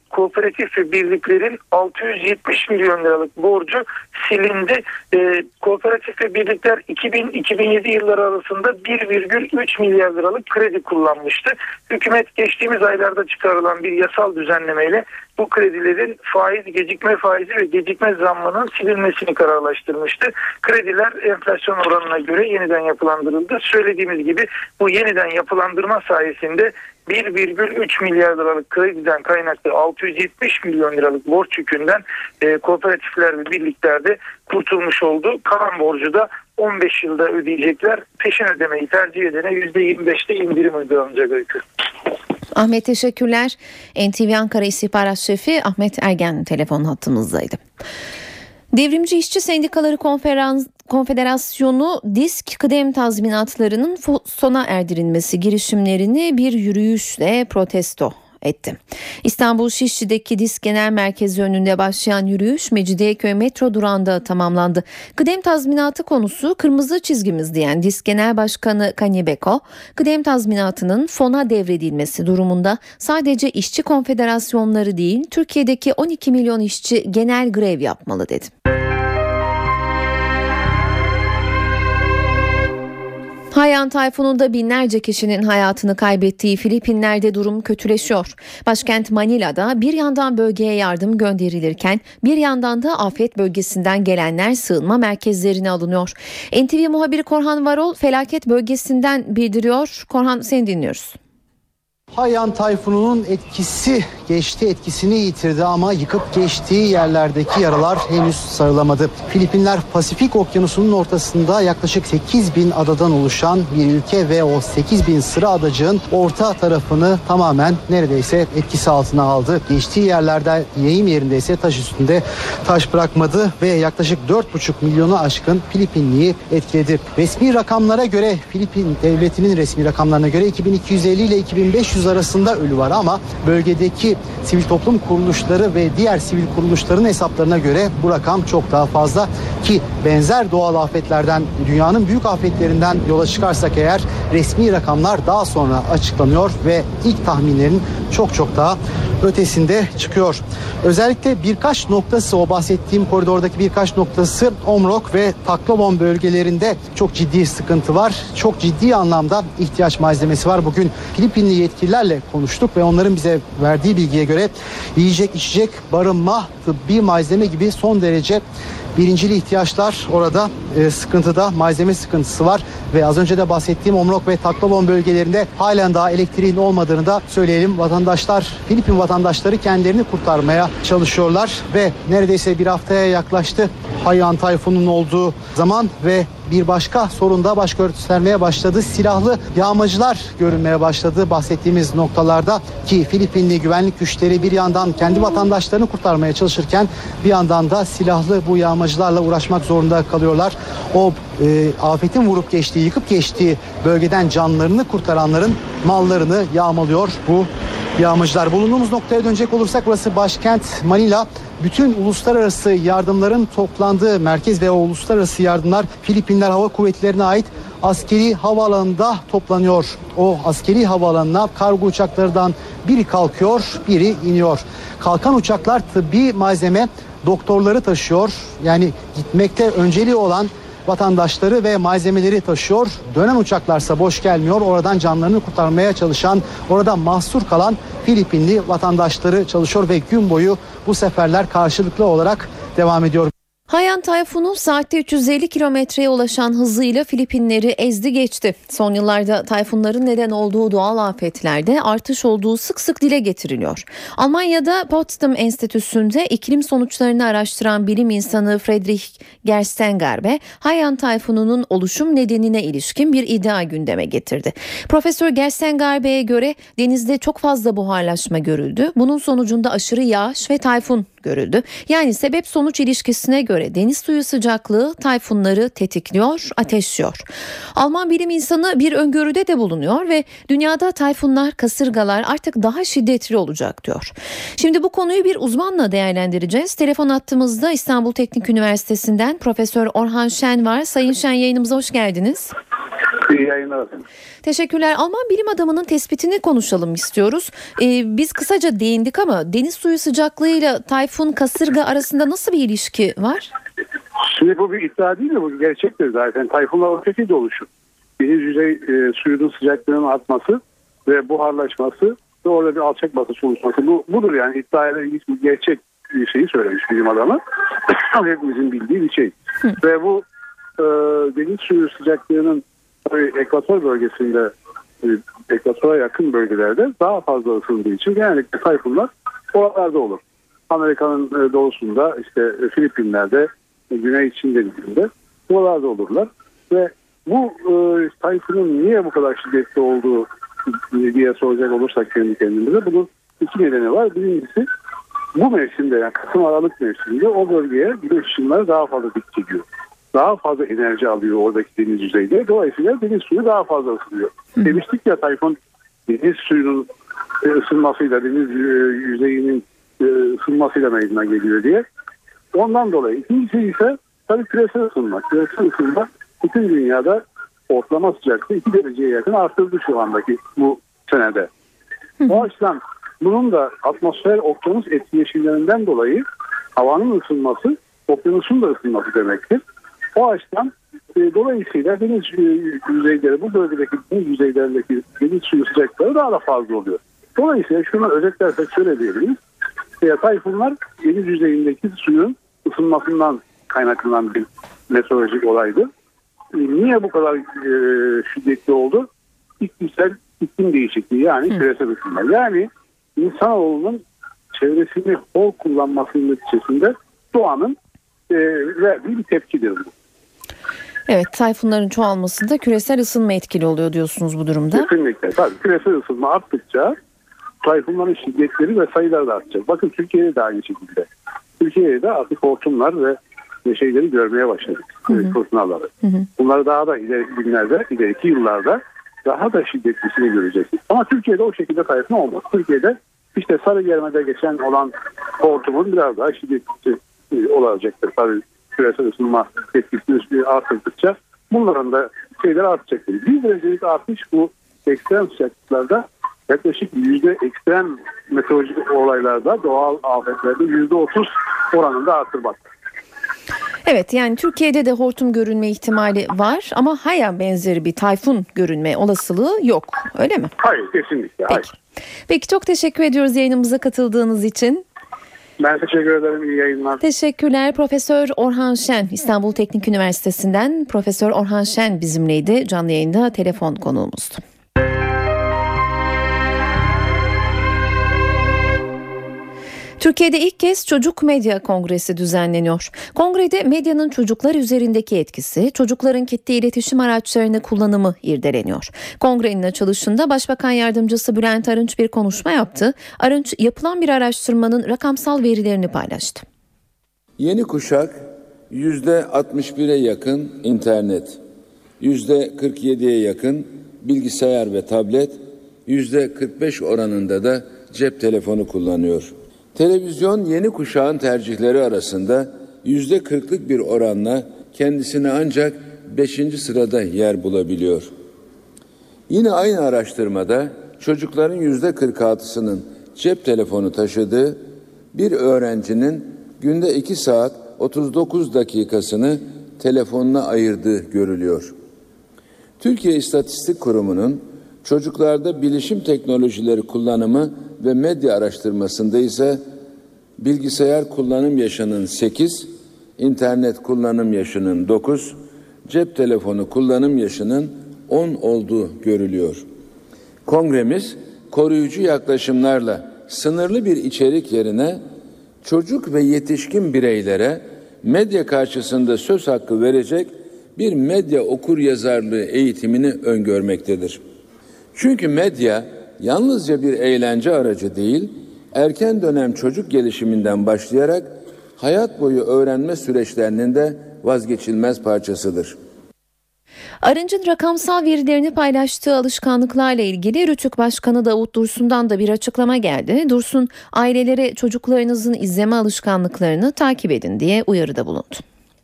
kooperatif ve birliklerin altı yüz yetmiş milyon liralık borcu silindi. E, kooperatif ve birlikler iki bin iki bin yedi yılları arasında bir virgül üç milyar liralık kredi kullanmıştı. Hükümet geçtiğimiz aylarda çıkarılan bir yasal düzenlemeyle bu kredilerin faiz, gecikme faizi ve gecikme zammının silinmesini kararlaştırmıştı. Krediler enflasyon oranına göre yeniden yapılandırıldı. Söylediğimiz gibi bu yeniden yapılandırma sayesinde bir virgül üç milyar liralık krediden kaynaklı altı yüz yetmiş milyon liralık borç yükünden e, kooperatifler ve birliklerde kurtulmuş oldu. Kalan borcu da on beş yılda ödeyecekler. Peşin ödemeyi tercih edene yüzde yirmi beşte indirim uygulanacak Öykü. Ahmet teşekkürler. N T V Ankara İstihbarat Şefi Ahmet Ergen telefon hattımızdaydı. Devrimci İşçi Sendikaları Konferans, Konfederasyonu DİSK kıdem tazminatlarının sona erdirilmesi girişimlerini bir yürüyüşle protesto etti. İstanbul Şişli'deki DİSK Genel Merkezi önünde başlayan yürüyüş Mecidiyeköy metro durağında tamamlandı. Kıdem tazminatı konusu kırmızı çizgimiz diyen DİSK Genel Başkanı Kani Beko, kıdem tazminatının fona devredilmesi durumunda sadece işçi konfederasyonları değil, Türkiye'deki on iki milyon işçi genel grev yapmalı dedi. Haiyan tayfununda binlerce kişinin hayatını kaybettiği Filipinler'de durum kötüleşiyor. Başkent Manila'da bir yandan bölgeye yardım gönderilirken bir yandan da afet bölgesinden gelenler sığınma merkezlerine alınıyor. N T V muhabiri Korhan Varol felaket bölgesinden bildiriyor. Korhan, seni dinliyoruz. Haiyan tayfununun etkisi geçti, etkisini yitirdi ama yıkıp geçtiği yerlerdeki yaralar henüz sarılamadı. Filipinler Pasifik Okyanusu'nun ortasında yaklaşık sekiz bin adadan oluşan bir ülke ve o sekiz bin sıra adacığın orta tarafını tamamen neredeyse etkisi altına aldı. Geçtiği yerlerde yayım yerinde ise taş üstünde taş bırakmadı ve yaklaşık dört buçuk milyonu aşkın Filipinliyi etkiledi. Resmi rakamlara göre, Filipin devletinin resmi rakamlarına göre iki bin iki yüz elli ile iki bin beş yüz arasında ölü var ama bölgedeki sivil toplum kuruluşları ve diğer sivil kuruluşların hesaplarına göre bu rakam çok daha fazla ki benzer doğal afetlerden, dünyanın büyük afetlerinden yola çıkarsak eğer resmi rakamlar daha sonra açıklanıyor ve ilk tahminlerin çok çok daha ötesinde çıkıyor. Özellikle birkaç noktası, o bahsettiğim koridordaki birkaç noktası Omrok ve Tacloban bölgelerinde çok ciddi sıkıntı var. Çok ciddi anlamda ihtiyaç malzemesi var. Bugün Filipinli yetkililerle konuştuk ve onların bize verdiği bilgiye göre yiyecek, içecek, barınma, tıbbi malzeme gibi son derece birincil ihtiyaçlar orada e, sıkıntıda, malzeme sıkıntısı var ve az önce de bahsettiğim Omrok ve Tacloban bölgelerinde halen daha elektriğin olmadığını da söyleyelim. Vatandaşlar, Filipin vatandaşları kendilerini kurtarmaya çalışıyorlar ve neredeyse bir haftaya yaklaştı Haiyan tayfunun olduğu zaman ve bir başka sorun da baş göstermeye başladı. Silahlı yağmacılar görünmeye başladı bahsettiğimiz noktalarda ki Filipinli güvenlik güçleri bir yandan kendi vatandaşlarını kurtarmaya çalışırken bir yandan da silahlı bu yağmacılarla uğraşmak zorunda kalıyorlar. O e, afetin vurup geçtiği, yıkıp geçtiği bölgeden canlarını kurtaranların mallarını yağmalıyor bu yağmacılar. Bulunduğumuz noktaya dönecek olursak burası başkent Manila. Bütün uluslararası yardımların toplandığı merkez ve o uluslararası yardımlar Filipinler Hava Kuvvetleri'ne ait askeri havaalanında toplanıyor. O askeri havaalanına kargo uçaklarından biri kalkıyor, biri iniyor. Kalkan uçaklar tıbbi malzeme, doktorları taşıyor. Yani gitmekte önceliği olan vatandaşları ve malzemeleri taşıyor. Dönen uçaklarsa boş gelmiyor. Oradan canlarını kurtarmaya çalışan, orada mahsur kalan Filipinli vatandaşları çalışıyor ve gün boyu bu seferler karşılıklı olarak devam ediyor. Haiyan tayfunu saatte üç yüz elli kilometreye ulaşan hızıyla Filipinleri ezdi geçti. Son yıllarda tayfunların neden olduğu doğal afetlerde artış olduğu sık sık dile getiriliyor. Almanya'da Potsdam Enstitüsü'nde iklim sonuçlarını araştıran bilim insanı Friedrich Gerstengarbe, Haiyan tayfununun oluşum nedenine ilişkin bir iddia gündeme getirdi. Profesör Gerstengarbe'ye göre denizde çok fazla buharlaşma görüldü. Bunun sonucunda aşırı yağış ve tayfun görüldü. Yani sebep sonuç ilişkisine göre deniz suyu sıcaklığı tayfunları tetikliyor, ateşliyor. Alman bilim insanı bir öngörüde de bulunuyor ve dünyada tayfunlar, kasırgalar artık daha şiddetli olacak diyor. Şimdi bu konuyu bir uzmanla değerlendireceğiz. Telefon hattımızda İstanbul Teknik Üniversitesi'nden Profesör Orhan Şen var. Sayın Şen, yayınımıza hoş geldiniz. İyi yayınlar efendim. Teşekkürler. Alman bilim adamının tespitini konuşalım istiyoruz. Ee, biz kısaca değindik ama deniz suyu sıcaklığıyla tayfun kasırga arasında nasıl bir ilişki var? Şimdi bu bir iddia değil mi? Bu gerçektir zaten. Tayfunlar o şekilde oluşur. Deniz yüzey e, suyunun sıcaklığının artması ve buharlaşması ve orada bir alçak basınç oluşması. Bu, budur yani iddiayla ilgili bir gerçek bir şeyi söylemiş bilim adamı. Hepimizin bildiği bir şey. Hı. Ve bu e, deniz suyu sıcaklığının tabii ekvator bölgesinde, e, ekvatora yakın bölgelerde daha fazla ısındığı için genellikle tayfunlar oralarda olur. Amerika'nın e, doğusunda, işte e, Filipinler'de, e, Güney Çin denizinde oralarda olurlar. Ve bu e, tayfunun niye bu kadar şiddetli olduğu diye soracak olursak kendi kendimize, bunun iki nedeni var. Birincisi, bu mevsimde, yani Kasım Aralık mevsiminde o bölgeye güneş ışınları daha fazla dik geliyor. Daha fazla enerji alıyor oradaki deniz yüzeyinde. Dolayısıyla deniz suyu daha fazla ısınıyor. Hı. Demiştik ya, tayfun deniz suyunun ısınmasıyla, deniz yüzeyinin ısınmasıyla meydana geliyor diye. Ondan dolayı. İkincisi ise tabii küresel ısınma. Küresel ısınma bütün dünyada ortalama sıcaklığı iki dereceye yakın arttırdı şu andaki bu senede. Hı. O açıdan bunun da atmosfer okyanus etkileşimlerinden dolayı havanın ısınması okyanusun da ısınması demektir. O açıdan e, dolayısıyla deniz yüzeyleri, bu bölgedeki deniz yüzeylerindeki deniz suyu sıcaklıkları daha da fazla oluyor. Dolayısıyla şunu özetlersek şöyle diyebiliriz. E, tayfunlar deniz yüzeyindeki suyun ısınmasından kaynaklanan bir meteorolojik olaydır. E, niye bu kadar e, şiddetli oldu? İklimsel iklim değişikliği, yani Hı. küresel ısınma. Yani insanoğlunun çevresini hor kullanmasının neticesinde doğanın e, verdiği bir tepkidir bu. Evet, tayfunların çoğalmasında küresel ısınma etkili oluyor diyorsunuz bu durumda. Kesinlikle. Tabii küresel ısınma arttıkça tayfunların şiddetleri ve sayıları da artacak. Bakın Türkiye'de de aynı şekilde. Türkiye'de de artık hortumlar ve şeyleri görmeye başladık. Fırtınaları. Bunları daha da ileriki günlerde, ileriki yıllarda daha da şiddetlisini göreceksiniz. Ama Türkiye'de o şekilde tayfun olmaz. Türkiye'de işte Sarıgerme'de geçen olan hortumun biraz daha şiddetli olacaktır. Tabii küresel ısınma etkisini artırdıkça bunların da şeyler artacaktır. Bir derecelik artış bu ekstrem sıcaklıklarda yaklaşık yüzde ekstrem meteorolojik olaylarda, doğal afetlerde yüzde otuz oranında artırmaktadır. Evet, yani Türkiye'de de hortum görünme ihtimali var ama Haiyan benzeri bir tayfun görünme olasılığı yok, öyle mi? Hayır, kesinlikle hayır. Peki. Peki, çok teşekkür ediyoruz yayınımıza katıldığınız için. Ben teşekkür ederim. İyi yayınlar. Teşekkürler. Profesör Orhan Şen, İstanbul Teknik Üniversitesi'nden Profesör Orhan Şen bizimleydi. Canlı yayında telefon konuğumuzdu. Türkiye'de ilk kez Çocuk Medya Kongresi düzenleniyor. Kongrede medyanın çocuklar üzerindeki etkisi, çocukların kitle iletişim araçlarını kullanımı irdeleniyor. Kongrenin açılışında Başbakan Yardımcısı Bülent Arınç bir konuşma yaptı. Arınç, yapılan bir araştırmanın rakamsal verilerini paylaştı. Yeni kuşak yüzde altmış bire yakın internet, yüzde kırk yediye yakın bilgisayar ve tablet, yüzde kırk beş oranında da cep telefonu kullanıyor. Televizyon yeni kuşağın tercihleri arasında yüzde kırklık bir oranla kendisini ancak beşinci sırada yer bulabiliyor. Yine aynı araştırmada çocukların yüzde kırk altısının cep telefonu taşıdığı, bir öğrencinin günde iki saat otuz dokuz dakikasını telefonuna ayırdığı görülüyor. Türkiye İstatistik Kurumu'nun çocuklarda bilişim teknolojileri kullanımı ve medya araştırmasında ise bilgisayar kullanım yaşının sekiz, internet kullanım yaşının dokuz, cep telefonu kullanım yaşının on olduğu görülüyor. Kongremiz koruyucu yaklaşımlarla sınırlı bir içerik yerine çocuk ve yetişkin bireylere medya karşısında söz hakkı verecek bir medya okuryazarlığı eğitimini öngörmektedir. Çünkü medya yalnızca bir eğlence aracı değil, erken dönem çocuk gelişiminden başlayarak hayat boyu öğrenme süreçlerinin de vazgeçilmez parçasıdır. Arınç'ın rakamsal verilerini paylaştığı alışkanlıklarla ilgili Rütük Başkanı Davut Dursun'dan da bir açıklama geldi. Dursun, ailelere çocuklarınızın izleme alışkanlıklarını takip edin diye uyarıda bulundu.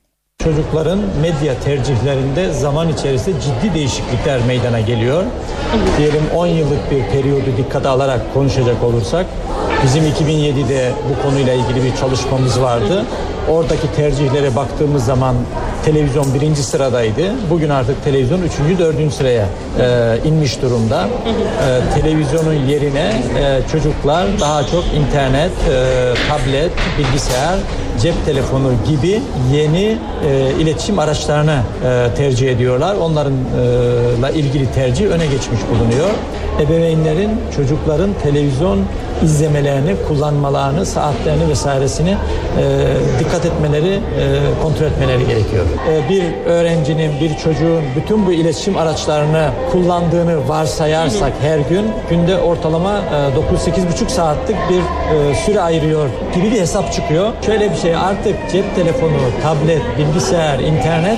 çocukların medya tercihlerinde zaman içerisinde ciddi değişiklikler meydana geliyor. Diyelim on yıllık bir periyodu dikkate alarak konuşacak olursak, bizim iki bin yedide bu konuyla ilgili bir çalışmamız vardı. Oradaki tercihlere baktığımız zaman televizyon birinci sıradaydı. Bugün artık televizyon üçüncü, dördüncü sıraya e, inmiş durumda. E, televizyonun yerine e, çocuklar daha çok internet, e, tablet, bilgisayar, cep telefonu gibi yeni e, iletişim araçlarını e, tercih ediyorlar. Onlarla e, ilgili tercih öne geçmiş bulunuyor. Ebeveynlerin çocukların televizyon izlemelerini, kullanmalarını, saatlerini vesairesini e, dikkat etmeleri, e, kontrol etmeleri gerekiyor. E, bir öğrencinin, bir çocuğun bütün bu iletişim araçlarını kullandığını varsayarsak her gün, günde ortalama e, dokuz sekiz buçuk saatlik bir e, süre ayırıyor gibi bir hesap çıkıyor. Şöyle bir şey, artık cep telefonu, tablet, bilgisayar, internet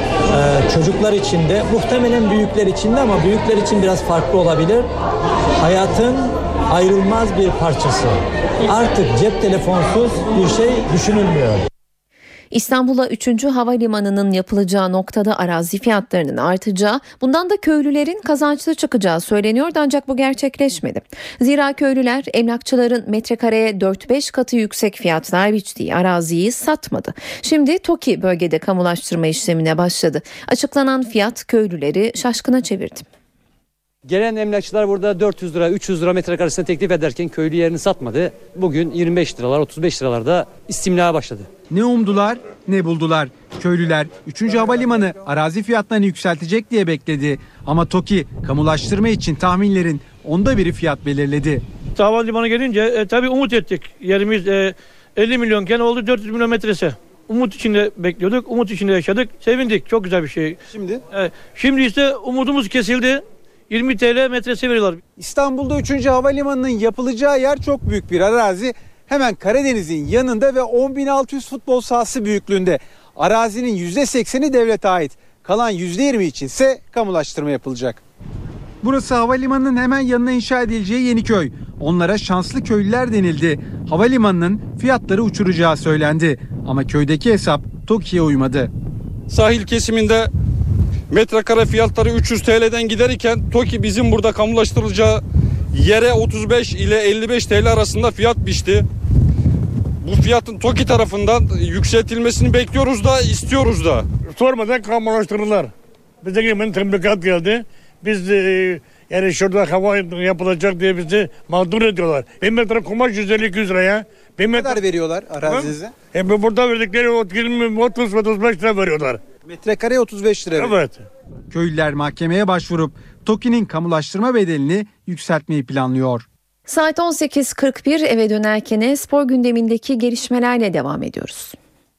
Ee, çocuklar için de, muhtemelen büyükler için de, ama büyükler için biraz farklı olabilir, hayatın ayrılmaz bir parçası. Artık cep telefonsuz bir şey düşünülmüyor. İstanbul'a üçüncü havalimanının yapılacağı noktada arazi fiyatlarının artacağı, bundan da köylülerin kazançlı çıkacağı söyleniyordu, ancak bu gerçekleşmedi. Zira köylüler emlakçıların metrekareye dört beş katı yüksek fiyatlar biçtiği araziyi satmadı. Şimdi TOKİ bölgede kamulaştırma işlemine başladı. Açıklanan fiyat köylüleri şaşkına çevirdi. Gelen emlakçılar burada dört yüz lira, üç yüz lira metrekaresine teklif ederken köylü yerini satmadı. Bugün yirmi beş liralar, otuz beş liralarda istimlaya başladı. Ne umdular ne buldular. Köylüler üçüncü havalimanı arazi fiyatlarını yükseltecek diye bekledi. Ama TOKİ kamulaştırma için tahminlerin onda biri fiyat belirledi. Havalimanı gelince e, tabii umut ettik. Yerimiz e, elli milyonken oldu dört yüz milyon metresi. Umut içinde bekliyorduk, umut içinde yaşadık, sevindik. Çok güzel bir şey. Şimdi? E, şimdi ise umudumuz kesildi. yirmi TL metresi veriyorlar. İstanbul'da üçüncü havalimanının yapılacağı yer çok büyük bir arazi. Hemen Karadeniz'in yanında ve on bin altı yüz futbol sahası büyüklüğünde. Arazinin yüzde sekseni devlete ait. Kalan yüzde yirmi için ise kamulaştırma yapılacak. Burası havalimanının hemen yanına inşa edileceği Yeniköy. Onlara şanslı köylüler denildi. Havalimanının fiyatları uçuracağı söylendi. Ama köydeki hesap TOKİ'ye uymadı. Sahil kesiminde metrekare fiyatları üç yüz T L'den giderken TOKİ bizim burada kamulaştırılacağı yere otuz beş ile elli beş T L arasında fiyat biçti. Bu fiyatın TOKİ tarafından yükseltilmesini bekliyoruz da istiyoruz da. Sormadan kamulaştırdılar. Bize hemen tebligat geldi. Biz e, yani şurada hava yapılacak diye bizi mağdur ediyorlar. Bir metre kumaş yüz elli iki yüz liraya. Ne metre... kadar veriyorlar arazinize? E, burada verdikleri otuz otuz beş lira veriyorlar. Metrekare otuz beş lira. Evet. Köylüler mahkemeye başvurup TOKİ'nin kamulaştırma bedelini yükseltmeyi planlıyor. Saat on sekiz kırk bir, eve dönerken spor gündemindeki gelişmelerle devam ediyoruz.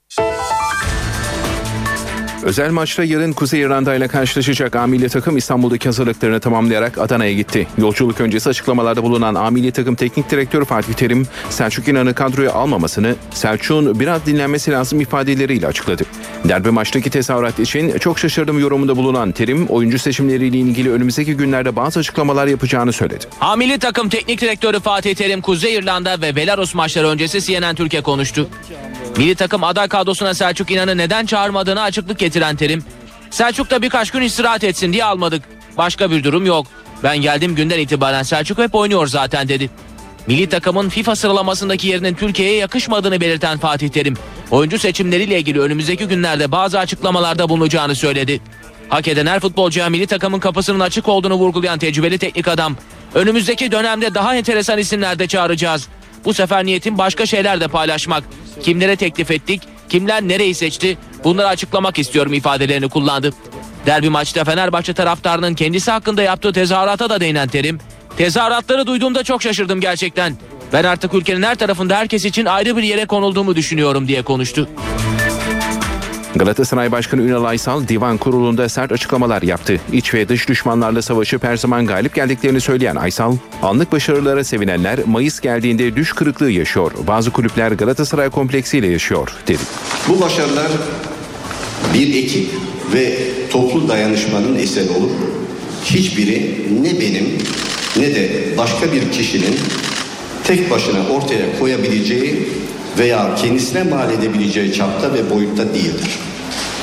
Özel maçta yarın Kuzey İrlanda ile karşılaşacak A milli takım İstanbul'daki hazırlıklarını tamamlayarak Adana'ya gitti. Yolculuk öncesi açıklamalarda bulunan A milli takım teknik direktörü Fatih Terim, Selçuk İnan'ı kadroya almamasını Selçuk'un biraz dinlenmesi lazım ifadeleriyle açıkladı. Derbi maçtaki tezahürat için çok şaşırdım yorumunda bulunan Terim, oyuncu seçimleriyle ilgili önümüzdeki günlerde bazı açıklamalar yapacağını söyledi. A milli takım teknik direktörü Fatih Terim, Kuzey İrlanda ve Belarus maçları öncesi C N N Türkiye konuştu. Milli takım aday kadrosuna Selçuk İnan'ı neden çağırmadığını açıklık getiren Terim, Selçuk da birkaç gün istirahat etsin diye almadık. Başka bir durum yok. Ben geldiğim günden itibaren Selçuk hep oynuyor zaten dedi. Milli takımın FIFA sıralamasındaki yerinin Türkiye'ye yakışmadığını belirten Fatih Terim, oyuncu seçimleriyle ilgili önümüzdeki günlerde bazı açıklamalarda bulunacağını söyledi. Hak eden her futbolcuya milli takımın kapısının açık olduğunu vurgulayan tecrübeli teknik adam, önümüzdeki dönemde daha enteresan isimler de çağıracağız. Bu sefer niyetim başka şeyler de paylaşmak. Kimlere teklif ettik, kimler nereyi seçti, bunları açıklamak istiyorum ifadelerini kullandı. Derbi maçta Fenerbahçe taraftarının kendisi hakkında yaptığı tezahürata da değinen Terim, tezahüratları duyduğumda çok şaşırdım gerçekten. Ben artık ülkenin her tarafında herkes için ayrı bir yere konulduğumu düşünüyorum diye konuştu. Galatasaray Başkanı Ünal Aysal divan kurulunda sert açıklamalar yaptı. İç ve dış düşmanlarla savaşıp her zaman galip geldiklerini söyleyen Aysal, anlık başarılara sevinenler Mayıs geldiğinde düş kırıklığı yaşıyor. Bazı kulüpler Galatasaray kompleksiyle yaşıyor dedi. Bu başarılar bir ekip ve toplu dayanışmanın eseri olur. Hiçbiri ne benim ne de başka bir kişinin tek başına ortaya koyabileceği veya kendisine mal edebileceği çapta ve boyutta değildir.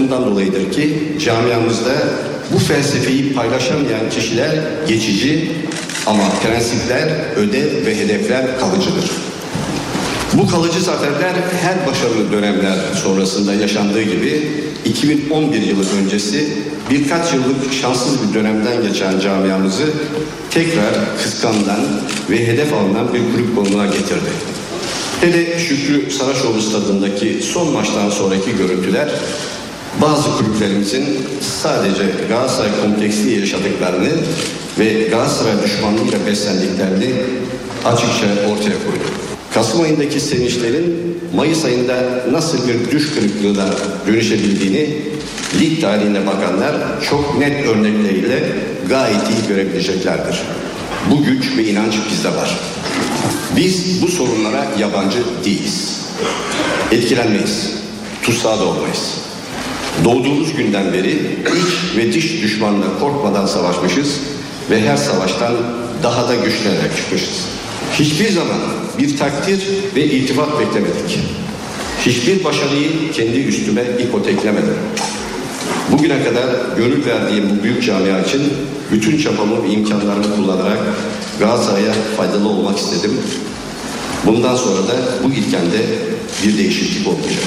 bundan dolayıdır ki camiamızda bu felsefeyi paylaşamayan kişiler geçici ama prensipler, ödev ve hedefler kalıcıdır. Bu kalıcı zaferler her başarılı dönemler sonrasında yaşandığı gibi iki bin on bir yılı öncesi birkaç yıllık şanssız bir dönemden geçen camiamızı tekrar kıskanılan ve hedef alınan bir kulüp konumuna getirdi. Hele Şükrü Saraçoğlu stadındaki son maçtan sonraki görüntüler bazı kulüplerimizin sadece Galatasaray kompleksliği yaşadıklarını ve Galatasaray düşmanlığıyla beslendiklerini açıkça ortaya koydu. Kasım ayındaki sevinçlerin Mayıs ayında nasıl bir düş kırıklığına dönüşebildiğini lig tarihine bakanlar çok net örnekleriyle gayet iyi görebileceklerdir. Bu güç ve inanç bizde var. Biz bu sorunlara yabancı değiliz. Etkilenmeyiz. Tutsağı da olmayız. Doğduğumuz günden beri iç ve dış düşmanla korkmadan savaşmışız ve her savaştan daha da güçlenerek çıkmışız. Hiçbir zaman bir takdir ve iltifat beklemedik. Hiçbir başarıyı kendi üstüme ipoteklemedim. Bugüne kadar gönül verdiğim bu büyük camia için bütün çabamı ve imkanlarımı kullanarak Galatasaray'a faydalı olmak istedim. Bundan sonra da bu ilkemde bir değişiklik olmayacak.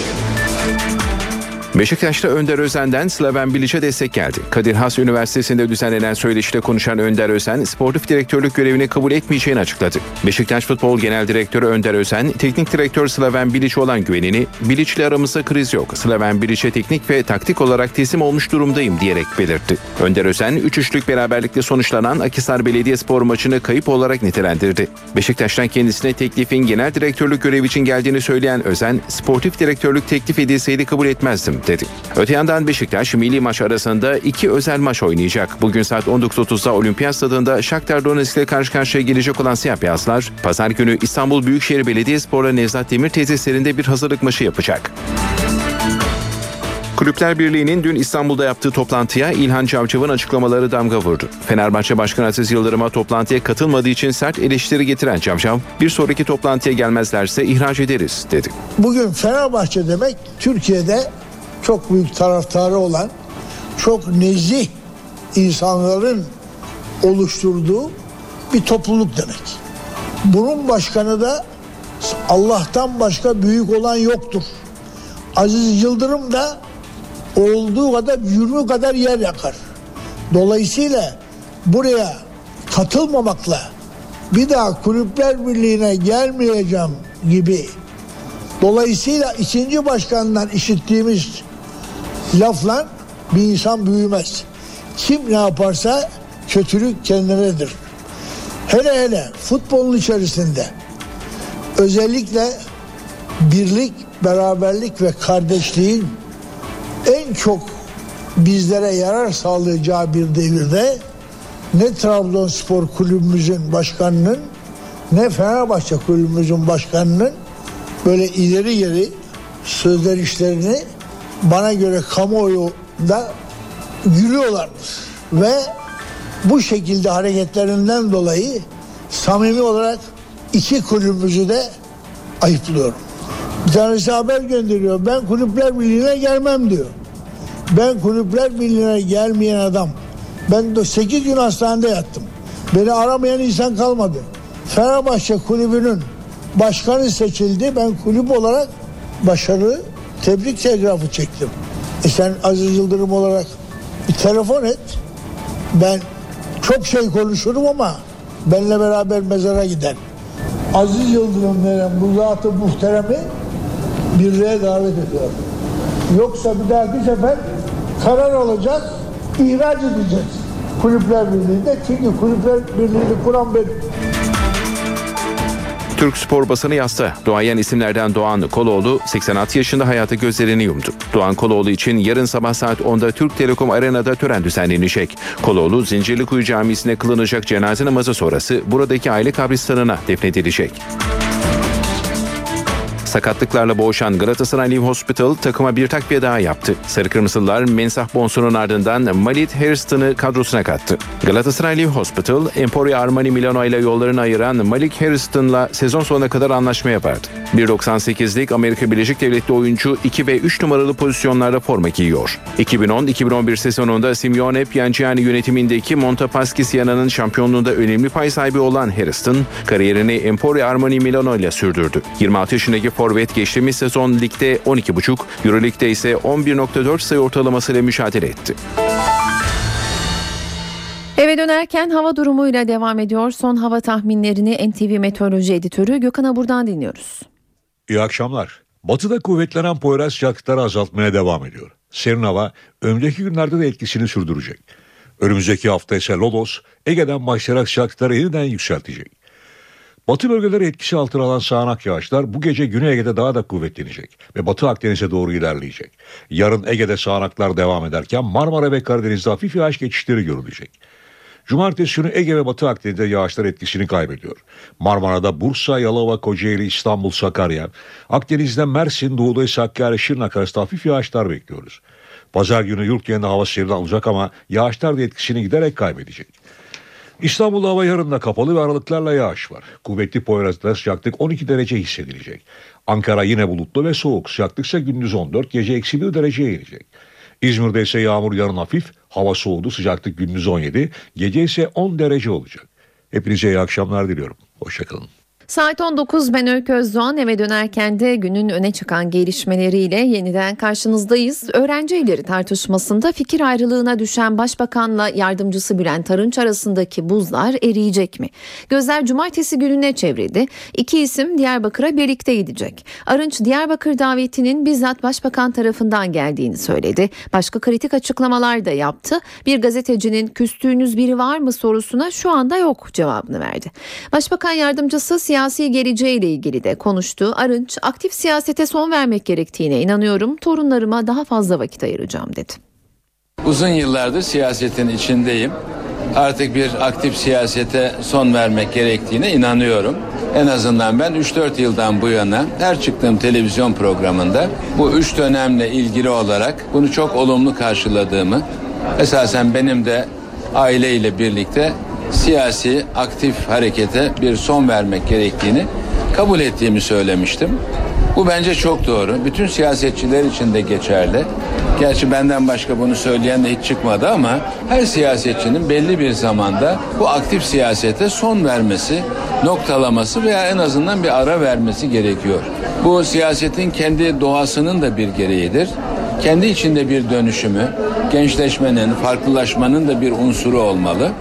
Beşiktaş'ta Önder Özen'den Slaven Bilic'e destek geldi. Kadir Has Üniversitesi'nde düzenlenen söyleşide konuşan Önder Özen, sportif direktörlük görevini kabul etmeyeceğini açıkladı. Beşiktaş Futbol Genel Direktörü Önder Özen, teknik direktör Slaven Bilic'e olan güvenini, Bilic'le aramızda kriz yok, Slaven Bilic'e teknik ve taktik olarak teslim olmuş durumdayım diyerek belirtti. Önder Özen, üç üçlük beraberlikle sonuçlanan Akhisar Belediyespor maçını kayıp olarak nitelendirdi. Beşiktaş'tan kendisine teklifin genel direktörlük görevi için geldiğini söyleyen Özen, sportif direktörlük teklif edilseydi kabul etmezdim dedi. Öte yandan Beşiktaş milli maç arasında iki özel maç oynayacak. Bugün saat on dokuz otuzda Olimpiyat Stadı'nda Shakhtar Donetsk ile karşı karşıya gelecek olan siyah beyazlar, pazar günü İstanbul Büyükşehir Belediyespor'la Nevzat Demir tesislerinde bir hazırlık maçı yapacak. Kulüpler Birliği'nin dün İstanbul'da yaptığı toplantıya İlhan Cavcav'ın açıklamaları damga vurdu. Fenerbahçe Başkanı Aziz Yıldırım'a toplantıya katılmadığı için sert eleştiri getiren Cavcav, bir sonraki toplantıya gelmezlerse ihraç ederiz dedi. Bugün Fenerbahçe demek Türkiye'de çok büyük taraftarı olan, çok nezih insanların oluşturduğu bir topluluk demek. Bunun başkanı da Allah'tan başka büyük olan yoktur. Aziz Yıldırım da olduğu kadar yirmi kadar yer yakar. Dolayısıyla buraya katılmamakla bir daha Kulüpler Birliği'ne gelmeyeceğim gibi, dolayısıyla ikinci başkandan işittiğimiz lafla bir insan büyümez. Kim ne yaparsa kötülük kendinedir. Hele hele futbolun içerisinde özellikle birlik, beraberlik ve kardeşliğin en çok bizlere yarar sağlayacağı bir devirde ne Trabzonspor kulübümüzün başkanının ne Fenerbahçe kulübümüzün başkanının böyle ileri geri sözler işlerini bana göre kamuoyunda gülüyorlardır. Ve bu şekilde hareketlerinden dolayı samimi olarak iki kulübümüzü de ayıplıyorum. Bir tanesi haber gönderiyor. Ben Kulüpler Birliği'ne gelmem diyor. Ben Kulüpler Birliği'ne gelmeyen adam. Ben de sekiz gün hastanede yattım. Beni aramayan insan kalmadı. Fenerbahçe kulübünün başkanı seçildi. Ben kulüp olarak başarılı tebrik telgrafı çektim. E sen Aziz Yıldırım olarak bir telefon et. Ben çok şey konuşurum ama benimle beraber mezara gider. Aziz Yıldırım veren bu zat-ı muhteremi birliğe davet ediyor. Yoksa bir dahaki sefer karar alacağız, ihraç edeceğiz Kulüpler Birliği'nde. Çünkü Kulüpler Birliği'ni kuran benim. Türk spor basını yazsa, duayen isimlerden Doğan Koloğlu seksen altı yaşında hayata gözlerini yumdu. Doğan Koloğlu için yarın sabah saat onda Türk Telekom Arena'da tören düzenlenecek. Koloğlu, Zincirlikuyu Camisi'ne kılınacak cenaze namazı sonrası buradaki aile kabristanına defnedilecek. Sakatlıklarla boğuşan Galatasaray Live Hospital takıma bir takviye daha yaptı. Sarı Kırmızılar Mensah Bonsu'nun ardından Malik Harriston'ı kadrosuna kattı. Galatasaray Live Hospital, Emporio Armani Milano ile yollarını ayıran Malik Harriston'la sezon sonuna kadar anlaşma yapardı. bir doksan sekizlik Amerika Birleşik Devletleri oyuncu iki ve üç numaralı pozisyonlarda forma giyiyor. iki bin on iki bin on bir sezonunda Simeone Pianciani yönetimindeki Montepaschi Siena'nın şampiyonluğunda önemli pay sahibi olan Harriston, kariyerini Emporio Armani Milano ile sürdürdü. yirmi altı yaşındaki forvet geçtiğimiz sezon ligde on iki buçuk, Euroleague'de ise on bir nokta dört sayı ortalamasıyla mücadele etti. Eve dönerken hava durumuyla devam ediyor. Son hava tahminlerini N T V Meteoroloji Editörü Gökhan Abur'dan dinliyoruz. İyi akşamlar. Batıda kuvvetlenen Poyraz sıcaklıkları azaltmaya devam ediyor. Serin hava önümüzdeki günlerde de etkisini sürdürecek. Önümüzdeki hafta ise Lodos, Ege'den başlayarak sıcaklıkları yeniden yükseltecek. Batı bölgeleri etkisi altına alan sağanak yağışlar bu gece Güney Ege'de daha da kuvvetlenecek ve Batı Akdeniz'e doğru ilerleyecek. Yarın Ege'de sağanaklar devam ederken Marmara ve Karadeniz'de hafif yağış geçişleri görülecek. Cumartesi günü Ege ve Batı Akdeniz'de yağışlar etkisini kaybediyor. Marmara'da Bursa, Yalova, Kocaeli, İstanbul, Sakarya, Akdeniz'de Mersin, Doğu'da ise Hakkari, Şırnak arasında hafif yağışlar bekliyoruz. Pazar günü yurt genelinde hava serin olacak ama yağışlar da etkisini giderek kaybedecek. İstanbul'da hava yarın da kapalı ve aralıklarla yağış var. Kuvvetli Poyraz'da sıcaklık on iki derece hissedilecek. Ankara yine bulutlu ve soğuk. Sıcaklık ise gündüz on dört, gece eksi bir dereceye inecek. İzmir'de ise yağmur yarın hafif, hava soğudu, sıcaklık gündüz on yedi, gece ise on derece olacak. Hepinize iyi akşamlar diliyorum. Hoşçakalın. Saat on dokuz, ben Öykü Özdoğan. Eve dönerken de günün öne çıkan gelişmeleriyle yeniden karşınızdayız. Öğrenci evleri tartışmasında fikir ayrılığına düşen Başbakanla yardımcısı Bülent Arınç arasındaki buzlar eriyecek mi? Gözler cumartesi gününe çevrildi. İki isim Diyarbakır'a birlikte gidecek. Arınç Diyarbakır davetinin bizzat Başbakan tarafından geldiğini söyledi. Başka kritik açıklamalar da yaptı. Bir gazetecinin küstüğünüz biri var mı sorusuna şu anda yok cevabını verdi. Başbakan yardımcısı siyasi geleceğiyle ilgili de konuştu. Arınç, aktif siyasete son vermek gerektiğine inanıyorum. Torunlarıma daha fazla vakit ayıracağım dedi. Uzun yıllardır siyasetin içindeyim. Artık bir aktif siyasete son vermek gerektiğine inanıyorum. En azından ben üç dört yıldan bu yana her çıktığım televizyon programında bu üç dönemle ilgili olarak bunu çok olumlu karşıladığımı, esasen benim de aileyle birlikte siyasi aktif harekete bir son vermek gerektiğini kabul ettiğimi söylemiştim. Bu bence çok doğru. Bütün siyasetçiler için de geçerli. Gerçi benden başka bunu söyleyen de hiç çıkmadı ama her siyasetçinin belli bir zamanda bu aktif siyasete son vermesi, noktalaması veya en azından bir ara vermesi gerekiyor. Bu siyasetin kendi doğasının da bir gereğidir. Kendi içinde bir dönüşümü, gençleşmenin, farklılaşmanın da bir unsuru olmalı.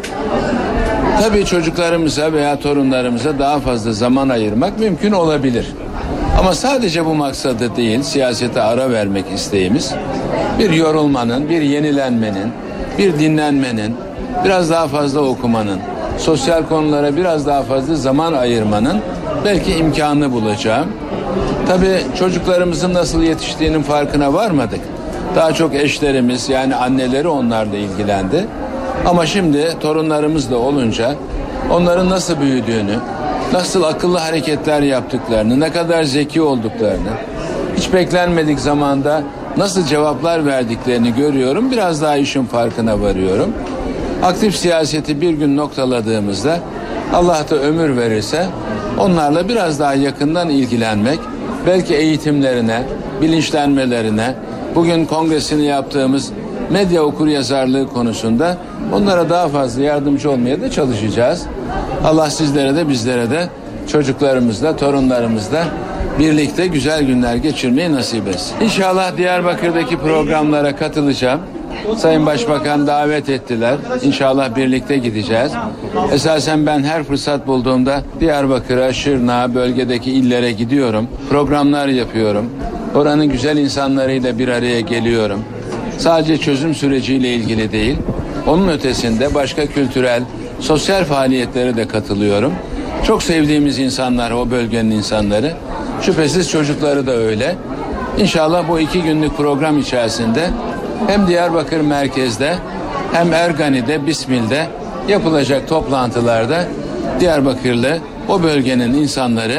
Tabii çocuklarımıza veya torunlarımıza daha fazla zaman ayırmak mümkün olabilir. Ama sadece bu maksadı değil, siyasete ara vermek isteğimiz, bir yorulmanın, bir yenilenmenin, bir dinlenmenin, biraz daha fazla okumanın, sosyal konulara biraz daha fazla zaman ayırmanın belki imkanını bulacağım. Tabii çocuklarımızın nasıl yetiştiğinin farkına varmadık. Daha çok eşlerimiz, yani anneleri onlarla ilgilendi. Ama şimdi torunlarımız da olunca onların nasıl büyüdüğünü, nasıl akıllı hareketler yaptıklarını, ne kadar zeki olduklarını, hiç beklenmedik zamanda nasıl cevaplar verdiklerini görüyorum. Biraz daha işin farkına varıyorum. Aktif siyaseti bir gün noktaladığımızda Allah da ömür verirse onlarla biraz daha yakından ilgilenmek, belki eğitimlerine, bilinçlenmelerine, bugün kongresini yaptığımız medya okuryazarlığı konusunda onlara daha fazla yardımcı olmaya da çalışacağız. Allah sizlere de bizlere de çocuklarımızla, torunlarımızla birlikte güzel günler geçirmeyi nasip etsin. İnşallah Diyarbakır'daki programlara katılacağım. Sayın Başbakan davet ettiler. İnşallah birlikte gideceğiz. Esasen ben her fırsat bulduğumda Diyarbakır'a, Şırnak'a, bölgedeki illere gidiyorum. Programlar yapıyorum. Oranın güzel insanlarıyla bir araya geliyorum. Sadece çözüm süreciyle ilgili değil, onun ötesinde başka kültürel, sosyal faaliyetlere de katılıyorum. Çok sevdiğimiz insanlar, o bölgenin insanları. Şüphesiz çocukları da öyle. İnşallah bu iki günlük program içerisinde hem Diyarbakır merkezde hem Ergani'de, Bismil'de yapılacak toplantılarda Diyarbakırlı, o bölgenin insanları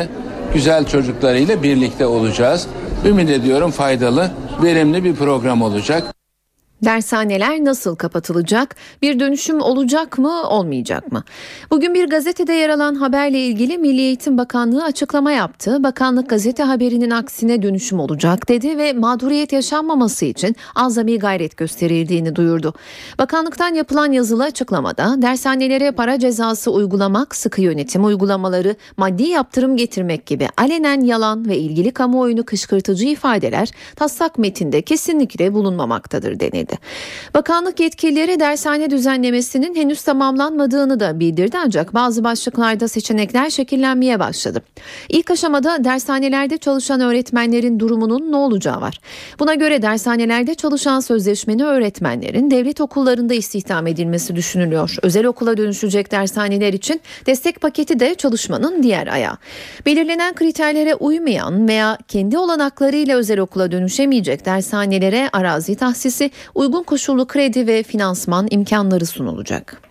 güzel çocuklarıyla birlikte olacağız. Ümit ediyorum faydalı, verimli bir program olacak. Dershaneler nasıl kapatılacak? Bir dönüşüm olacak mı, olmayacak mı? Bugün bir gazetede yer alan haberle ilgili Milli Eğitim Bakanlığı açıklama yaptı. Bakanlık gazete haberinin aksine dönüşüm olacak dedi ve mağduriyet yaşanmaması için azami gayret gösterildiğini duyurdu. Bakanlıktan yapılan yazılı açıklamada dershanelere para cezası uygulamak, sıkı yönetim uygulamaları, maddi yaptırım getirmek gibi alenen yalan ve ilgili kamuoyunu kışkırtıcı ifadeler taslak metinde kesinlikle bulunmamaktadır denildi. Bakanlık yetkilileri dershane düzenlemesinin henüz tamamlanmadığını da bildirdi ancak bazı başlıklarda seçenekler şekillenmeye başladı. İlk aşamada dershanelerde çalışan öğretmenlerin durumunun ne olacağı var. Buna göre dershanelerde çalışan sözleşmeli öğretmenlerin devlet okullarında istihdam edilmesi düşünülüyor. Özel okula dönüşecek dershaneler için destek paketi de çalışmanın diğer ayağı. Belirlenen kriterlere uymayan veya kendi olanaklarıyla özel okula dönüşemeyecek dershanelere arazi tahsisi, uygun koşullu kredi ve finansman imkanları sunulacak.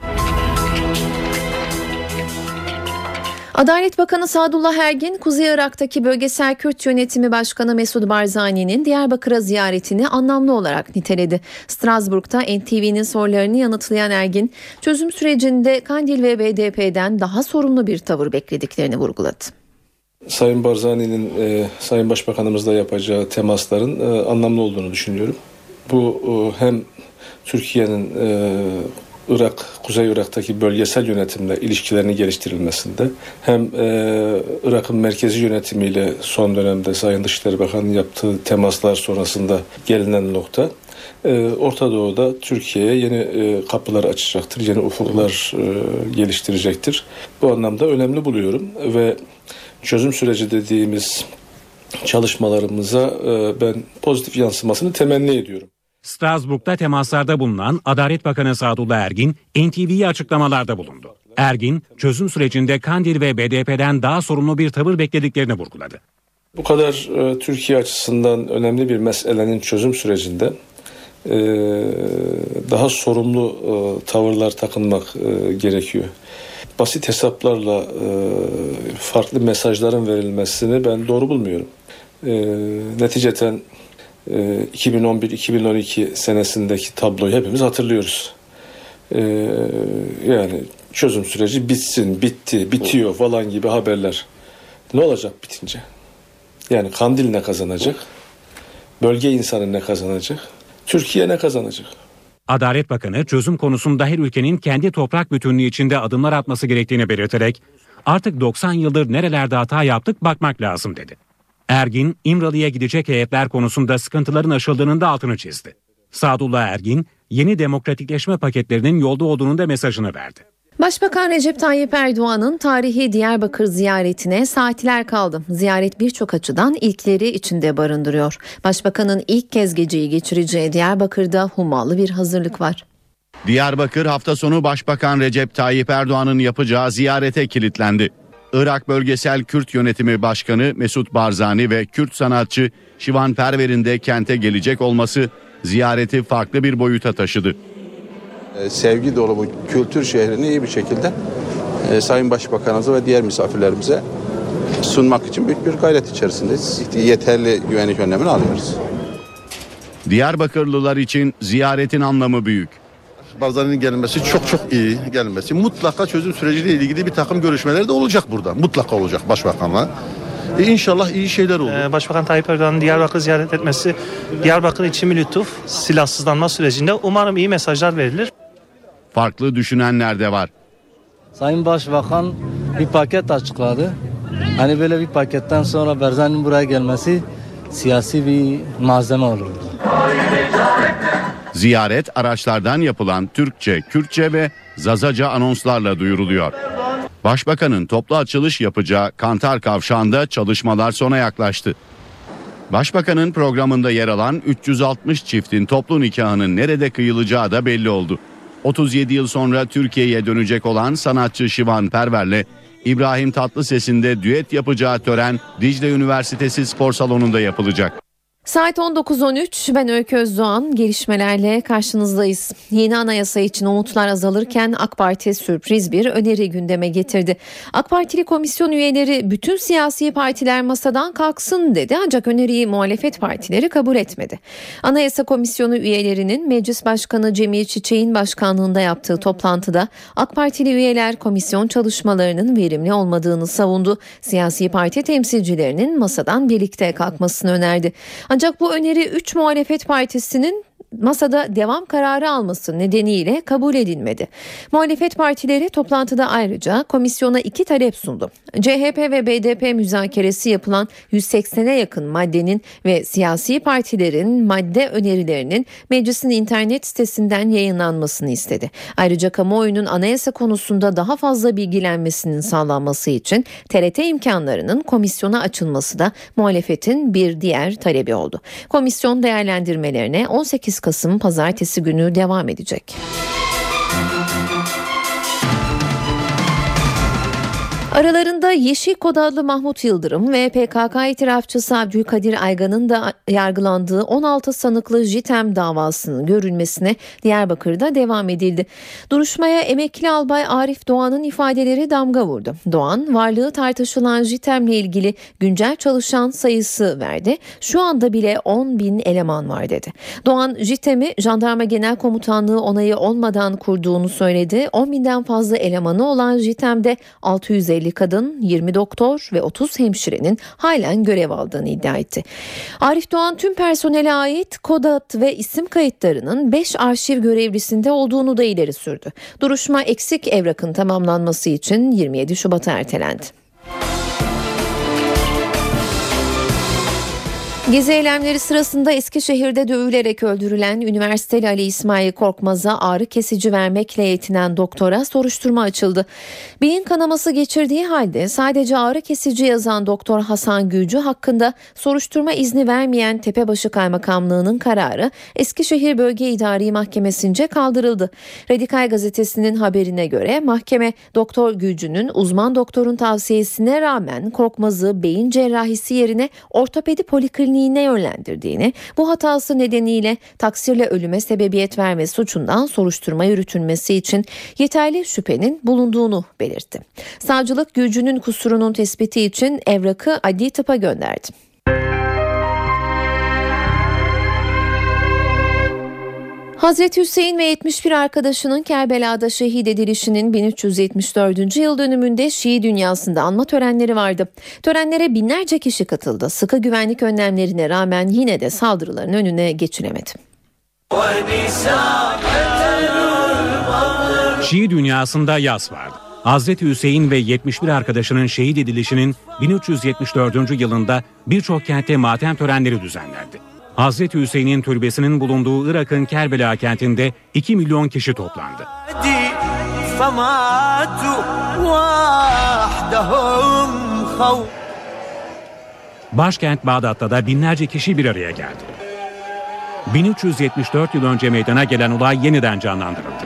Adalet Bakanı Sadullah Ergin, Kuzey Irak'taki Bölgesel Kürt Yönetimi Başkanı Mesut Barzani'nin Diyarbakır'a ziyaretini anlamlı olarak niteledi. Strasbourg'da N T V'nin sorularını yanıtlayan Ergin, çözüm sürecinde Kandil ve B D P'den daha sorumlu bir tavır beklediklerini vurguladı. Sayın Barzani'nin e, Sayın Başbakanımızla yapacağı temasların e, anlamlı olduğunu düşünüyorum. Bu e, hem Türkiye'nin e, Irak, Kuzey Irak'taki bölgesel yönetimle ilişkilerini geliştirilmesinde hem e, Irak'ın merkezi yönetimiyle son dönemde Sayın Dışişleri Bakanı'nın yaptığı temaslar sonrasında gelinen nokta e, Orta Doğu'da Türkiye'ye yeni e, kapılar açacaktır, yeni ufuklar e, geliştirecektir. Bu anlamda önemli buluyorum ve çözüm süreci dediğimiz çalışmalarımıza e, ben pozitif yansımasını temenni ediyorum. Strasbourg'da temaslarda bulunan Adalet Bakanı Sadullah Ergin, N T V'ye açıklamalarda bulundu. Ergin, çözüm sürecinde Kandil ve B D P'den daha sorumlu bir tavır beklediklerini vurguladı. Bu kadar e, Türkiye açısından önemli bir meselenin çözüm sürecinde e, daha sorumlu e, tavırlar takınmak e, gerekiyor. Basit hesaplarla e, farklı mesajların verilmesini ben doğru bulmuyorum. E, neticeten iki bin on bir iki bin on iki senesindeki tabloyu hepimiz hatırlıyoruz. Ee, yani çözüm süreci bitsin, bitti, bitiyor falan gibi haberler. Ne olacak bitince? Yani Kandil ne kazanacak? Bölge insanı ne kazanacak? Türkiye ne kazanacak? Adalet Bakanı çözüm konusunda her ülkenin kendi toprak bütünlüğü içinde adımlar atması gerektiğini belirterek artık doksan yıldır nerelerde hata yaptık bakmak lazım dedi. Ergin, İmralı'ya gidecek heyetler konusunda sıkıntıların aşıldığının da altını çizdi. Sadullah Ergin, yeni demokratikleşme paketlerinin yolda olduğunun da mesajını verdi. Başbakan Recep Tayyip Erdoğan'ın tarihi Diyarbakır ziyaretine saatler kaldı. Ziyaret birçok açıdan ilkleri içinde barındırıyor. Başbakanın ilk kez geceyi geçireceği Diyarbakır'da hummalı bir hazırlık var. Diyarbakır hafta sonu Başbakan Recep Tayyip Erdoğan'ın yapacağı ziyarete kilitlendi. Irak Bölgesel Kürt Yönetimi Başkanı Mesut Barzani ve Kürt sanatçı Şivan Perver'in de kente gelecek olması ziyareti farklı bir boyuta taşıdı. Sevgi dolu bu kültür şehrini iyi bir şekilde e, Sayın Başbakanımıza ve diğer misafirlerimize sunmak için büyük bir gayret içerisindeyiz. Yeterli güvenlik önlemini alıyoruz. Diyarbakırlılar için ziyaretin anlamı büyük. Barzani'nin gelmesi çok çok iyi gelmesi. Mutlaka çözüm süreciyle ilgili bir takım görüşmeler de olacak burada. Mutlaka olacak başbakanla. E inşallah iyi şeyler olur. Ee, Başbakan Tayyip Erdoğan'ın Diyarbakır ziyaret etmesi Diyarbakır için bir lütuf, silahsızlanma sürecinde umarım iyi mesajlar verilir. Farklı düşünenler de var. Sayın Başbakan bir paket açıkladı. Hani böyle bir paketten sonra Barzani'nin buraya gelmesi siyasi bir malzeme olur. Ziyaret araçlardan yapılan Türkçe, Kürtçe ve Zazaca anonslarla duyuruluyor. Başbakanın toplu açılış yapacağı Kantar Kavşağı'nda çalışmalar sona yaklaştı. Başbakanın programında yer alan üç yüz altmış çiftin toplu nikahının nerede kıyılacağı da belli oldu. otuz yedi yıl sonra Türkiye'ye dönecek olan sanatçı Şivan Perver'le İbrahim Tatlıses'in de düet yapacağı tören Dicle Üniversitesi Spor Salonu'nda yapılacak. Saat on dokuz on üç, ben Öykü Özdoğan, gelişmelerle karşınızdayız. Yeni anayasa için umutlar azalırken AK Parti sürpriz bir öneri gündeme getirdi. AK Partili komisyon üyeleri bütün siyasi partiler masadan kalksın dedi, ancak öneriyi muhalefet partileri kabul etmedi. Anayasa Komisyonu üyelerinin Meclis Başkanı Cemil Çiçek'in başkanlığında yaptığı toplantıda AK Partili üyeler komisyon çalışmalarının verimli olmadığını savundu. Siyasi parti temsilcilerinin masadan birlikte kalkmasını önerdi. Ancak bu öneri üç muhalefet partisinin masada devam kararı alması nedeniyle kabul edilmedi. Muhalefet partileri toplantıda ayrıca komisyona iki talep sundu. C H P ve B D P müzakeresi yapılan yüz seksene yakın maddenin ve siyasi partilerin madde önerilerinin meclisin internet sitesinden yayınlanmasını istedi. Ayrıca kamuoyunun anayasa konusunda daha fazla bilgilenmesinin sağlanması için T R T imkanlarının komisyona açılması da muhalefetin bir diğer talebi oldu. Komisyon değerlendirmelerine on sekiz Kasım Pazartesi günü devam edecek. Aralarında Yeşil Kod adlı Mahmut Yıldırım ve P K K itirafçısı Abdülkadir Aygan'ın da yargılandığı on altı sanıklı JITEM davasının görülmesine Diyarbakır'da devam edildi. Duruşmaya emekli albay Arif Doğan'ın ifadeleri damga vurdu. Doğan, varlığı tartışılan JITEM'le ilgili güncel çalışan sayısı verdi. Şu anda bile on bin eleman var dedi. Doğan, JITEM'i Jandarma Genel Komutanlığı onayı olmadan kurduğunu söyledi. on binden fazla elemanı olan JITEM'de altı yüz elli kadın, yirmi doktor ve otuz hemşirenin halen görev aldığını iddia etti. Arif Doğan tüm personele ait kod ad ve isim kayıtlarının beş arşiv görevlisinde olduğunu da ileri sürdü. Duruşma eksik evrakın tamamlanması için yirmi yedi Şubat'a ertelendi. Gezi eylemleri sırasında Eskişehir'de dövülerek öldürülen üniversiteli Ali İsmail Korkmaz'a ağrı kesici vermekle yetinen doktora soruşturma açıldı. Beyin kanaması geçirdiği halde sadece ağrı kesici yazan Doktor Hasan Gülcü hakkında soruşturma izni vermeyen Tepebaşı Kaymakamlığı'nın kararı Eskişehir Bölge İdari Mahkemesi'nce kaldırıldı. Radikal Gazetesi'nin haberine göre mahkeme Doktor Gülcü'nün uzman doktorun tavsiyesine rağmen Korkmaz'ı beyin cerrahisi yerine ortopedi polikliniği ne yönlendirdiğini, bu hatası nedeniyle taksirle ölüme sebebiyet verme suçundan soruşturma yürütülmesi için yeterli şüphenin bulunduğunu belirtti. Savcılık Gülcü'nün kusurunun tespiti için evrakı adli tıpa gönderdi. Hazreti Hüseyin ve yetmiş bir arkadaşının Kerbela'da şehit edilişinin bin üç yüz yetmiş dördüncü yıl dönümünde Şii dünyasında anma törenleri vardı. Törenlere binlerce kişi katıldı. Sıkı güvenlik önlemlerine rağmen yine de saldırıların önüne geçilemedi. Şii dünyasında yas vardı. Hazreti Hüseyin ve yetmiş bir arkadaşının şehit edilişinin bin üç yüz yetmiş dördüncü yılında birçok kentte matem törenleri düzenlendi. Hazreti Hüseyin'in türbesinin bulunduğu Irak'ın Kerbela kentinde iki milyon kişi toplandı. Başkent Bağdat'ta da binlerce kişi bir araya geldi. bin üç yüz yetmiş dört yıl önce meydana gelen olay yeniden canlandırıldı.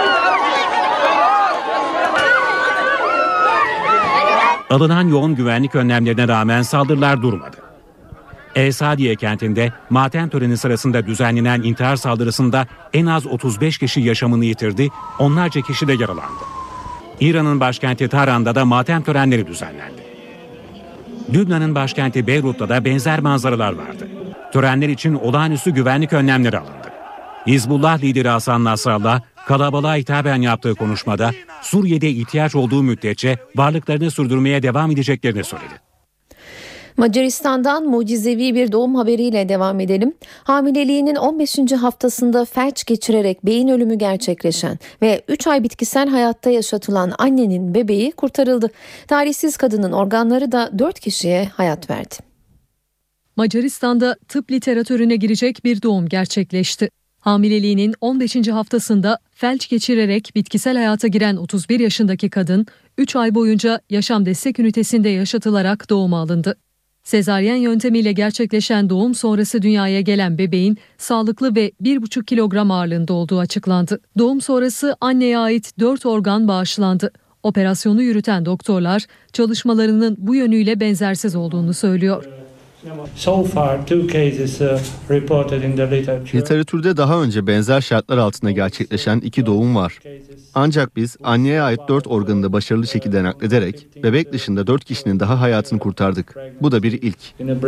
Alınan yoğun güvenlik önlemlerine rağmen saldırılar durmadı. El-Sadiye kentinde matem töreni sırasında düzenlenen intihar saldırısında en az otuz beş kişi yaşamını yitirdi, onlarca kişi de yaralandı. İran'ın başkenti Tahran'da da matem törenleri düzenlendi. Lübnan'ın başkenti Beyrut'ta da benzer manzaralar vardı. Törenler için olağanüstü güvenlik önlemleri alındı. Hizbullah lideri Hasan Nasrallah, kalabalığa hitaben yaptığı konuşmada Suriye'de ihtiyaç olduğu müddetçe varlıklarını sürdürmeye devam edeceklerini söyledi. Macaristan'dan mucizevi bir doğum haberiyle devam edelim. Hamileliğinin on beşinci haftasında felç geçirerek beyin ölümü gerçekleşen ve üç ay bitkisel hayatta yaşatılan annenin bebeği kurtarıldı. Talihsiz kadının organları da dört kişiye hayat verdi. Macaristan'da tıp literatürüne girecek bir doğum gerçekleşti. Hamileliğinin on beşinci haftasında felç geçirerek bitkisel hayata giren otuz bir yaşındaki kadın üç ay boyunca yaşam destek ünitesinde yaşatılarak doğuma alındı. Sezaryen yöntemiyle gerçekleşen doğum sonrası dünyaya gelen bebeğin sağlıklı ve bir buçuk kilogram ağırlığında olduğu açıklandı. Doğum sonrası anneye ait dört organ bağışlandı. Operasyonu yürüten doktorlar çalışmalarının bu yönüyle benzersiz olduğunu söylüyor. So far, two cases uh, reported in the literature. Literatürde daha önce benzer şartlar altında gerçekleşen iki doğum var. Ancak biz anneye ait dört organı da başarılı şekilde naklederek bebek dışında dört kişinin daha hayatını kurtardık. Bu da bir ilk.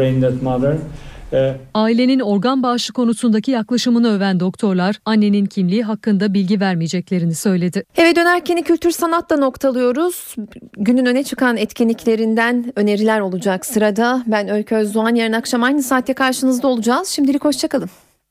Ailenin organ bağışı konusundaki yaklaşımını öven doktorlar annenin kimliği hakkında bilgi vermeyeceklerini söyledi. Eve dönerken kültür sanatla noktalıyoruz. Günün öne çıkan etkinliklerinden öneriler olacak sırada. Ben Öykü Özdoğan, yarın akşam aynı saatte karşınızda olacağız. Şimdilik hoşçakalın.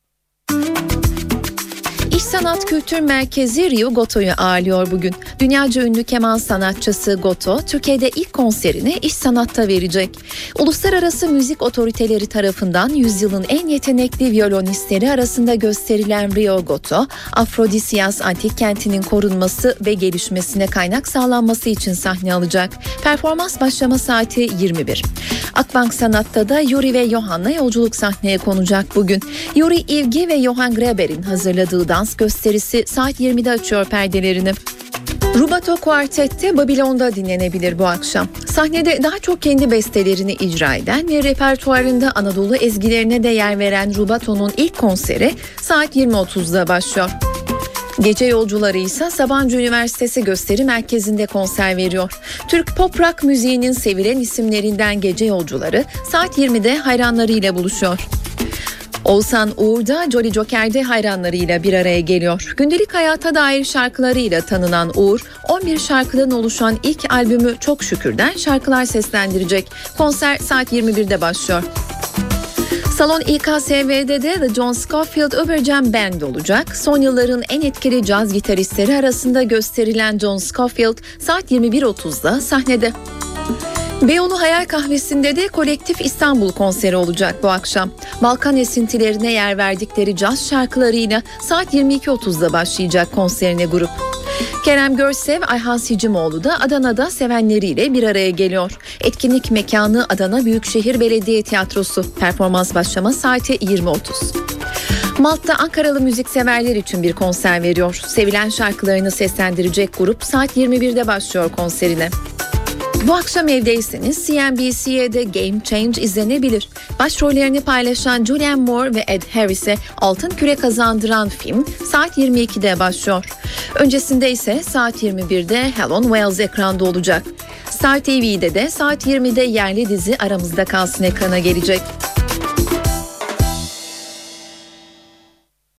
İş Sanat Kültür Merkezi Ryu Goto'yu ağırlıyor bugün. Dünyaca ünlü keman sanatçısı Goto, Türkiye'de ilk konserini İş Sanat'ta verecek. Uluslararası müzik otoriteleri tarafından yüzyılın en yetenekli violonistleri arasında gösterilen Ryu Goto, Afrodisias antik kentinin korunması ve gelişmesine kaynak sağlanması için sahne alacak. Performans başlama saati yirmi bir. Akbank Sanat'ta da Yuri ve Johann'la yolculuk sahneye konacak bugün. Yuri İlgi ve Johann Greber'in hazırladığı dans gösterisi saat yirmide açıyor perdelerini. Rubato Quartet'te Babilon'da dinlenebilir bu akşam. Sahnede daha çok kendi bestelerini icra eden ve repertuarında Anadolu ezgilerine de yer veren Rubato'nun ilk konseri saat yirmi otuzda başlıyor. Gece yolcuları ise Sabancı Üniversitesi Gösteri Merkezi'nde konser veriyor. Türk pop rock müziğinin sevilen isimlerinden Gece Yolcuları saat yirmide hayranlarıyla buluşuyor. Oğuzhan Uğur da Jolly Joker'de hayranlarıyla bir araya geliyor. Gündelik hayata dair şarkılarıyla tanınan Uğur, on bir şarkıdan oluşan ilk albümü Çok Şükür'den şarkılar seslendirecek. Konser saat yirmi birde başlıyor. Salon İ K S V'de de The John Scofield Uberjam Band olacak. Son yılların en etkili caz gitaristleri arasında gösterilen John Scofield saat yirmi bir otuzda sahnede. Beyoğlu Hayal Kahvesi'nde de Kolektif İstanbul konseri olacak bu akşam. Balkan esintilerine yer verdikleri caz şarkılarıyla saat yirmi iki otuzda başlayacak konserine grup. Kerem Görsev, Ayhan Sicimoğlu da Adana'da sevenleriyle bir araya geliyor. Etkinlik mekanı Adana Büyükşehir Belediye Tiyatrosu. Performans başlama saati yirmi otuz. Malt'ta Ankaralı müzikseverler için bir konser veriyor. Sevilen şarkılarını seslendirecek grup saat yirmi birde başlıyor konserine. Bu akşam evdeyseniz C N B C'de Game Change izlenebilir. Başrollerini paylaşan Julianne Moore ve Ed Harris'e altın küre kazandıran film saat yirmi ikide başlıyor. Öncesinde ise saat yirmi birde Hell on Wheels ekranda olacak. Star T V'de de saat yirmide yerli dizi Aramızda Kalsın ekrana gelecek.